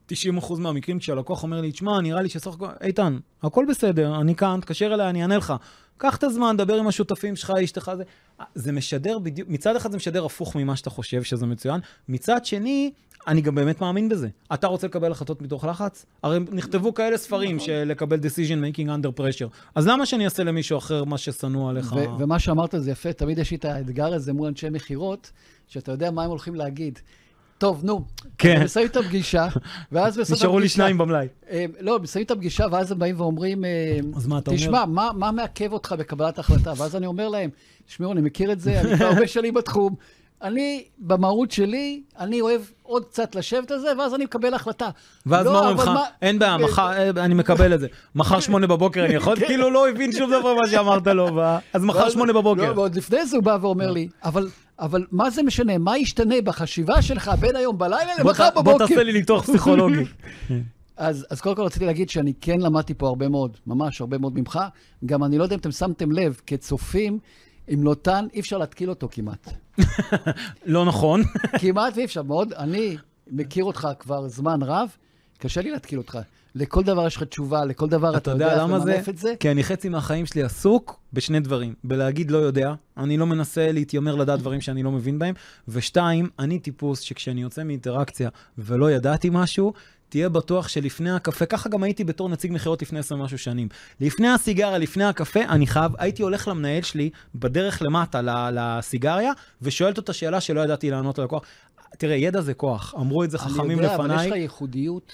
S1: תשעים אחוז מהמקרים כשהלקוח אומר לי, תשמע, נראה לי שסך הכל, איתן, הכל בסדר, אני כאן, תקשר אליי, אני אענה לך. קח את הזמן, דבר עם השותפים שלך, אשתך, זה, זה משדר בדיוק, מצד אחד זה משדר הפוך ממה שאתה חושב שזה מצוין, מצד שני, אני גם באמת מאמין בזה. אתה רוצה לקבל החלטות מתוך לחץ? הרי נכתבו כאלה ספרים של לקבל decision making under pressure. אז למה שאני אעשה למישהו אחר מה ששנוא עליך?
S2: ו- ומה שאמרת זה יפה, תמיד יש לי את האתגר הזה מול אנשי מחירות, שאתה יודע מה הם הולכים להגיד. טוב, נו,
S1: כן.
S2: מסיים את הפגישה, ואז בסוף
S1: נשארו לי שניים במלאי.
S2: לא, מסיים את הפגישה, ואז הם באים ואומרים,
S1: אז מה אתה אומר?
S2: תשמע, מה, מה מעכב אותך בקבלת ההחלטה? ואז אני אומר להם, תשמעו, אני מכיר את זה, אני כבר הרבה שנים בתחום, אני, במהות שלי, אני אוהב עוד קצת לשבת על זה, ואז אני מקבל החלטה.
S1: ואז מה אומרים לך? אין בעיה, אני מקבל את זה. מחר שמונה בבוקר אני יכול? כאילו לא הבין שום דבר מה שאמרת לו, אז מחר שמונה בבוקר.
S2: ועוד לפני זה הוא בא ואומר לי, אבל... אבל מה זה משנה? מה ישתנה בחשיבה שלך בין היום בלילה למחר בבוקר?
S1: בוא תעשה לי ניתוח פסיכולוגי.
S2: אז, אז קודם כל רציתי להגיד שאני כן למדתי פה הרבה מאוד, ממש הרבה מאוד ממך. גם אני לא יודע אם אתם שמתם לב, כצופים, עם לוטן אי אפשר להתקיל אותו כמעט.
S1: לא נכון.
S2: כמעט ואי אפשר. מאוד, אני מכיר אותך כבר זמן רב, קשה לי להתקיל אותך. לכל דבר יש לך תשובה, לכל דבר אתה יודע איך למנף את זה.
S1: כי אני חצי מהחיים שלי עסוק בשני דברים. בלהגיד לא יודע, אני לא מנסה להתיימר לדעת דברים שאני לא מבין בהם, ושתיים, אני טיפוס שכשאני יוצא מאינטראקציה ולא ידעתי משהו, תהיה בטוח שלפני הקפה, ככה גם הייתי בתור נציג מחירות לפני עשרים משהו שנים. לפני הסיגריה, לפני הקפה, אני חייב, הייתי הולך למנהל שלי בדרך למטה לסיגריה, ושואלת אותה שאלה שלא ידעתי לענות ללקוח. תראה, ידע זה כוח. אמרו את זה חכמים לפניי.
S2: אני יודע, אבל יש לך ייחודיות.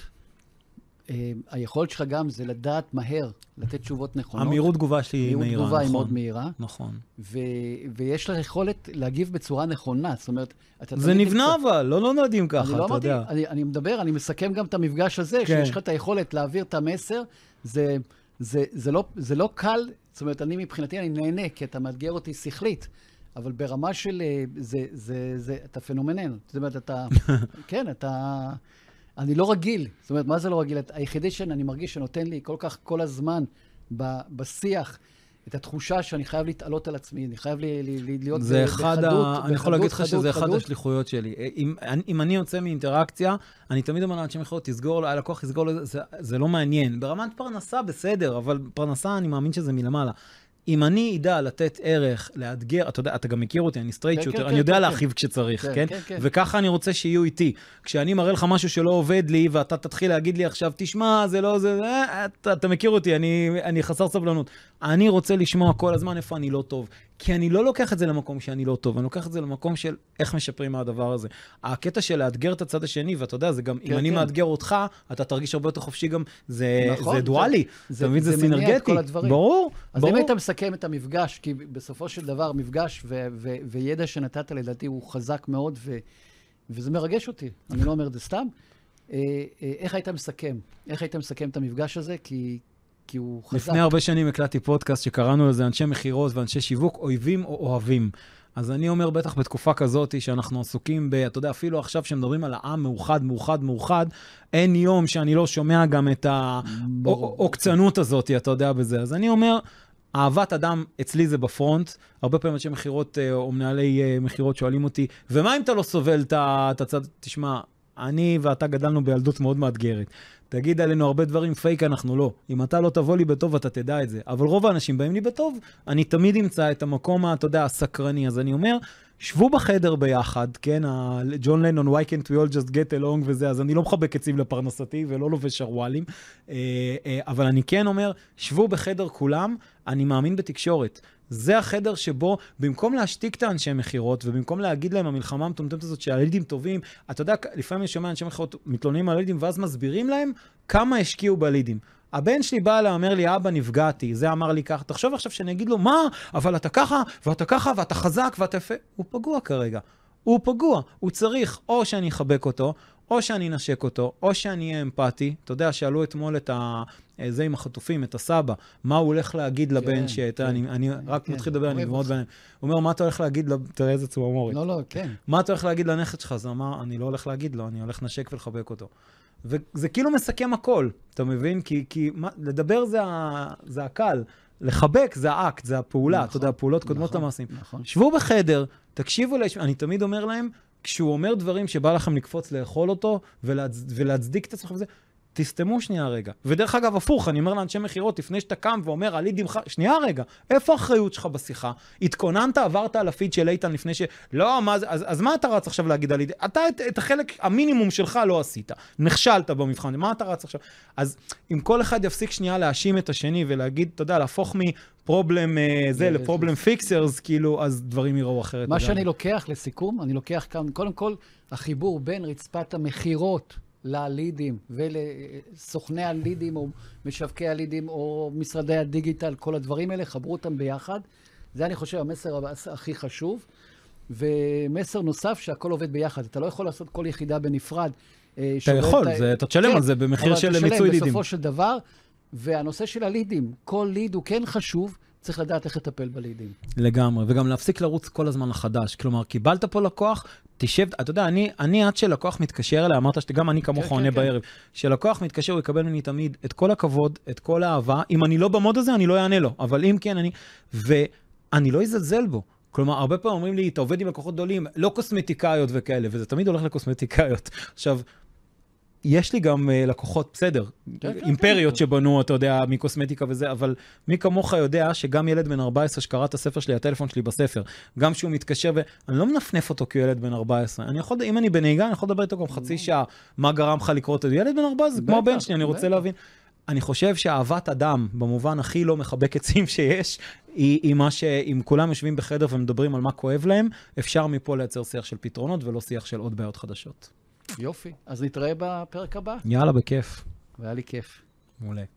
S2: היכולת שלך גם זה לדעת מהר, לתת תשובות נכונות.
S1: המהירות תגובה שלי היא מהירה, נכון.
S2: מהירות תגובה היא מאוד מהירה.
S1: נכון.
S2: ויש לך יכולת להגיב בצורה נכונה, זאת אומרת...
S1: זה נבנה אבל, לא לא נולדים ככה, אתה יודע.
S2: אני מדבר, אני מסכם גם את המפגש הזה, שיש לך את היכולת להעביר את המסר, זה לא קל, זאת אומרת, אני מבחינתי, אני נהנה, כי אתה מאתגר אותי שכלית, אבל ברמה של... אתה פנומנל. זאת אומרת, אתה... כן, אתה... אני לא רגיל, זאת אומרת, מה זה לא רגיל? היחידי שאני מרגיש שנותן לי כל כך כל הזמן בשיח, את התחושה שאני חייב להתעלות על עצמי, אני חייב להיות בחדות.
S1: אני יכול להגיד לך שזה אחד השליחויות שלי. אם אני יוצא מאינטראקציה, אני תמיד אומר לאנשי מכירות, תסגור, הלקוח יסגור, זה לא מעניין. ברמת פרנסה בסדר, אבל פרנסה אני מאמין שזה מלמעלה. אם אני אדע לתת ערך, לאתגר, אתה יודע, אתה גם מכיר אותי, אני סטרייט שוטר, אני יודע להרחיב כשצריך, כן? וככה אני רוצה שיהיו איתי. כשאני מראה לך משהו שלא עובד לי, ואתה תתחיל להגיד לי עכשיו, תשמע, זה לא זה, אתה מכיר אותי, אני חסר סבלנות. אני רוצה לשמוע כל הזמן איפה אני לא טוב. כי אני לא לוקח את זה למקום שאני לא טוב, אני לוקח את זה למקום של איך משפרים מהדבר הזה. הקטע של לאתגר את הצד השני, ואתה יודע, זה גם, אם אני מאתגר אותך, אתה תרגיש הרבה יותר חופשי גם, זה דואלי, אתה מבין, זה סינרגטי. ברור,
S2: אז אם היית מסכם את המפגש, כי בסופו של דבר, מפגש וידע שנתת לדעתי הוא חזק מאוד, וזה מרגש אותי, אני לא אומר את זה סתם. איך היית מסכם? איך היית מסכם את המפגש הזה? כי... כי הוא חזק.
S1: לפני הרבה שנים הקלטתי פודקאסט שקראנו לזה אנשי מחירות ואנשי שיווק, אויבים או אוהבים. אז אני אומר בטח בתקופה כזאת שאנחנו עסוקים ב, אתה יודע, אפילו עכשיו שמדברים על העם מאוחד, מאוחד, מאוחד, אין יום שאני לא שומע גם את העוקצנות הזאת, אתה יודע בזה. אז אני אומר, אהבת אדם אצלי זה בפרונט, הרבה פעמים אנשי מחירות או מנהלי מחירות שואלים אותי, ומה אם אתה לא סובל את הצד, תשמע, אני ואתה גדלנו בילדות מאוד מאתגרת. תגיד עלינו הרבה דברים, פייק אנחנו לא. אם אתה לא תבוא לי בטוב, אתה תדע את זה. אבל רוב האנשים באים לי בטוב, אני תמיד אמצא את המקום, אתה יודע, הסקרני. אז אני אומר, שבו בחדר ביחד, כן, ג'ון לנון, why can't we all just get along וזה, אז אני לא מחבק עצים לפרנסתי ולא לובש שרוואלים, אבל אני כן אומר, שבו בחדר כולם, אני מאמין בתקשורת. זה החדר שבו, במקום להשתיק את האנשי מחירות, ובמקום להגיד להם המלחמה המטומטמת הזאת שהלידים טובים, אתה יודע, לפעמים אני שומע אנשי מחירות מתלוננים על הלידים, ואז מסבירים להם כמה השקיעו בלידים. הבן שלי בא לה, אומר לי, אבא נפגעתי, זה אמר לי ככה, תחשוב עכשיו שאני אגיד לו, מה? אבל אתה ככה, ואתה ככה, ואתה חזק, ואתה יפה. הוא פגוע כרגע. הוא פגוע. הוא צריך או שאני אחבק אותו, או שאני נשק אותו, או שאני אהיה אמפתי. אתה יודע, שאלו אתמול את ה... זה עם החטופים, את הסבא, מה הוא הולך להגיד לבן שאתה, אני רק מתחיל לדבר, אני מאוד בעיניים. הוא אומר, מה אתה הולך להגיד, תראה איזה צמרמורת.
S2: לא, לא, כן.
S1: מה אתה הולך להגיד לנכד שלך? זה אמר, אני לא הולך להגיד לו, אני הולך לנשק ולחבק אותו. וזה כאילו מסכם הכל, אתה מבין? כי, כי מה, לדבר זה, זה הקל, לחבק זה האקט, זה הפעולה, נכון, אתה יודע, הפעולות קודמות נכון, למעשים. נכון. שבו בחדר, תקשיבו לי, אני תמיד אומר להם, כשהוא אומר דברים שבא לכם לקפוץ לאכול אותו, ולהצ... ולהצדיק את עצמכם וזה, תסתמו שנייה רגע. ודרך אגב, הפוך, אני אומר לאנשי מחירות, לפני שאתה קם ואומר, עלי דמך, שנייה רגע, איפה האחריות שלך בשיחה? התכוננת, עברת על הפיד של איתן לפני ש... לא, מה זה, אז, אז מה אתה רץ עכשיו להגיד עלי? אתה את, את החלק, המינימום שלך לא עשית. נכשלת במבחן, מה אתה רץ עכשיו? אז אם כל אחד יפסיק שנייה להאשים את השני ולהגיד, אתה יודע, להפוך מפרובלם זה לפרובלם פיקסרס, כאילו, אז דברים יראו אחרת.
S2: מה שאני לוקח לסיכום, אני לוקח כאן, קודם כל, החיבור בין רצפת המחירות ללידים ולסוכני הלידים או משווקי הלידים או משרדי הדיגיטל, כל הדברים האלה, חברו אותם ביחד. זה אני חושב המסר הכי חשוב. ומסר נוסף שהכל עובד ביחד. אתה לא יכול לעשות כל יחידה בנפרד.
S1: אתה יכול, אתה תשלם על זה במחיר של מיצוי לידים.
S2: בסופו של דבר, והנושא של הלידים, כל ליד הוא כן חשוב, צריך לדעת איך לטפל בלידים.
S1: לגמרי, וגם להפסיק לרוץ כל הזמן לחדש. כלומר, קיבלת פה לקוח, תשב, אתה יודע, אני, אני עד שלקוח מתקשר אליי, אמרת שגם אני כמוך עונה בערב, שלקוח מתקשר, הוא יקבל ממני תמיד את כל הכבוד, את כל האהבה. אם אני לא במוד הזה, אני לא יענה לו. אבל אם כן, אני, ואני לא אזלזל בו. כלומר, הרבה פעמים אומרים לי, אתה עובד עם לקוחות גדולים, לא קוסמטיקאיות וכאלה, וזה תמיד הולך לקוסמטיקאיות. עכשיו, יש לי גם uh, לקוחות, בסדר, אימפריות שבנו, אתה יודע, מקוסמטיקה וזה, אבל מי כמוך יודע שגם ילד בן ארבע עשרה שקרא את הספר שלי, הטלפון שלי בספר, גם שהוא מתקשר, ואני לא מנפנף אותו כילד בן ארבע עשרה. אני יכול, אם אני בנהיגה, אני יכול לדבר איתו גם חצי שעה, מה גרם לך לקרוא את זה. ילד בן ארבע עשרה, זה כמו הבן שלי, אני רוצה להבין. אני חושב שאהבת אדם, במובן הכי לא מחבק עצים שיש, היא, היא מה שאם כולם יושבים בחדר ומדברים על מה כואב להם, אפשר מפה לייצר שיח של פתרונות ולא שיח של עוד בעיות חדשות.
S2: יופי. אז נתראה בפרק הבא.
S1: יאללה, בכיף.
S2: והיה לי כיף.
S1: מעולה.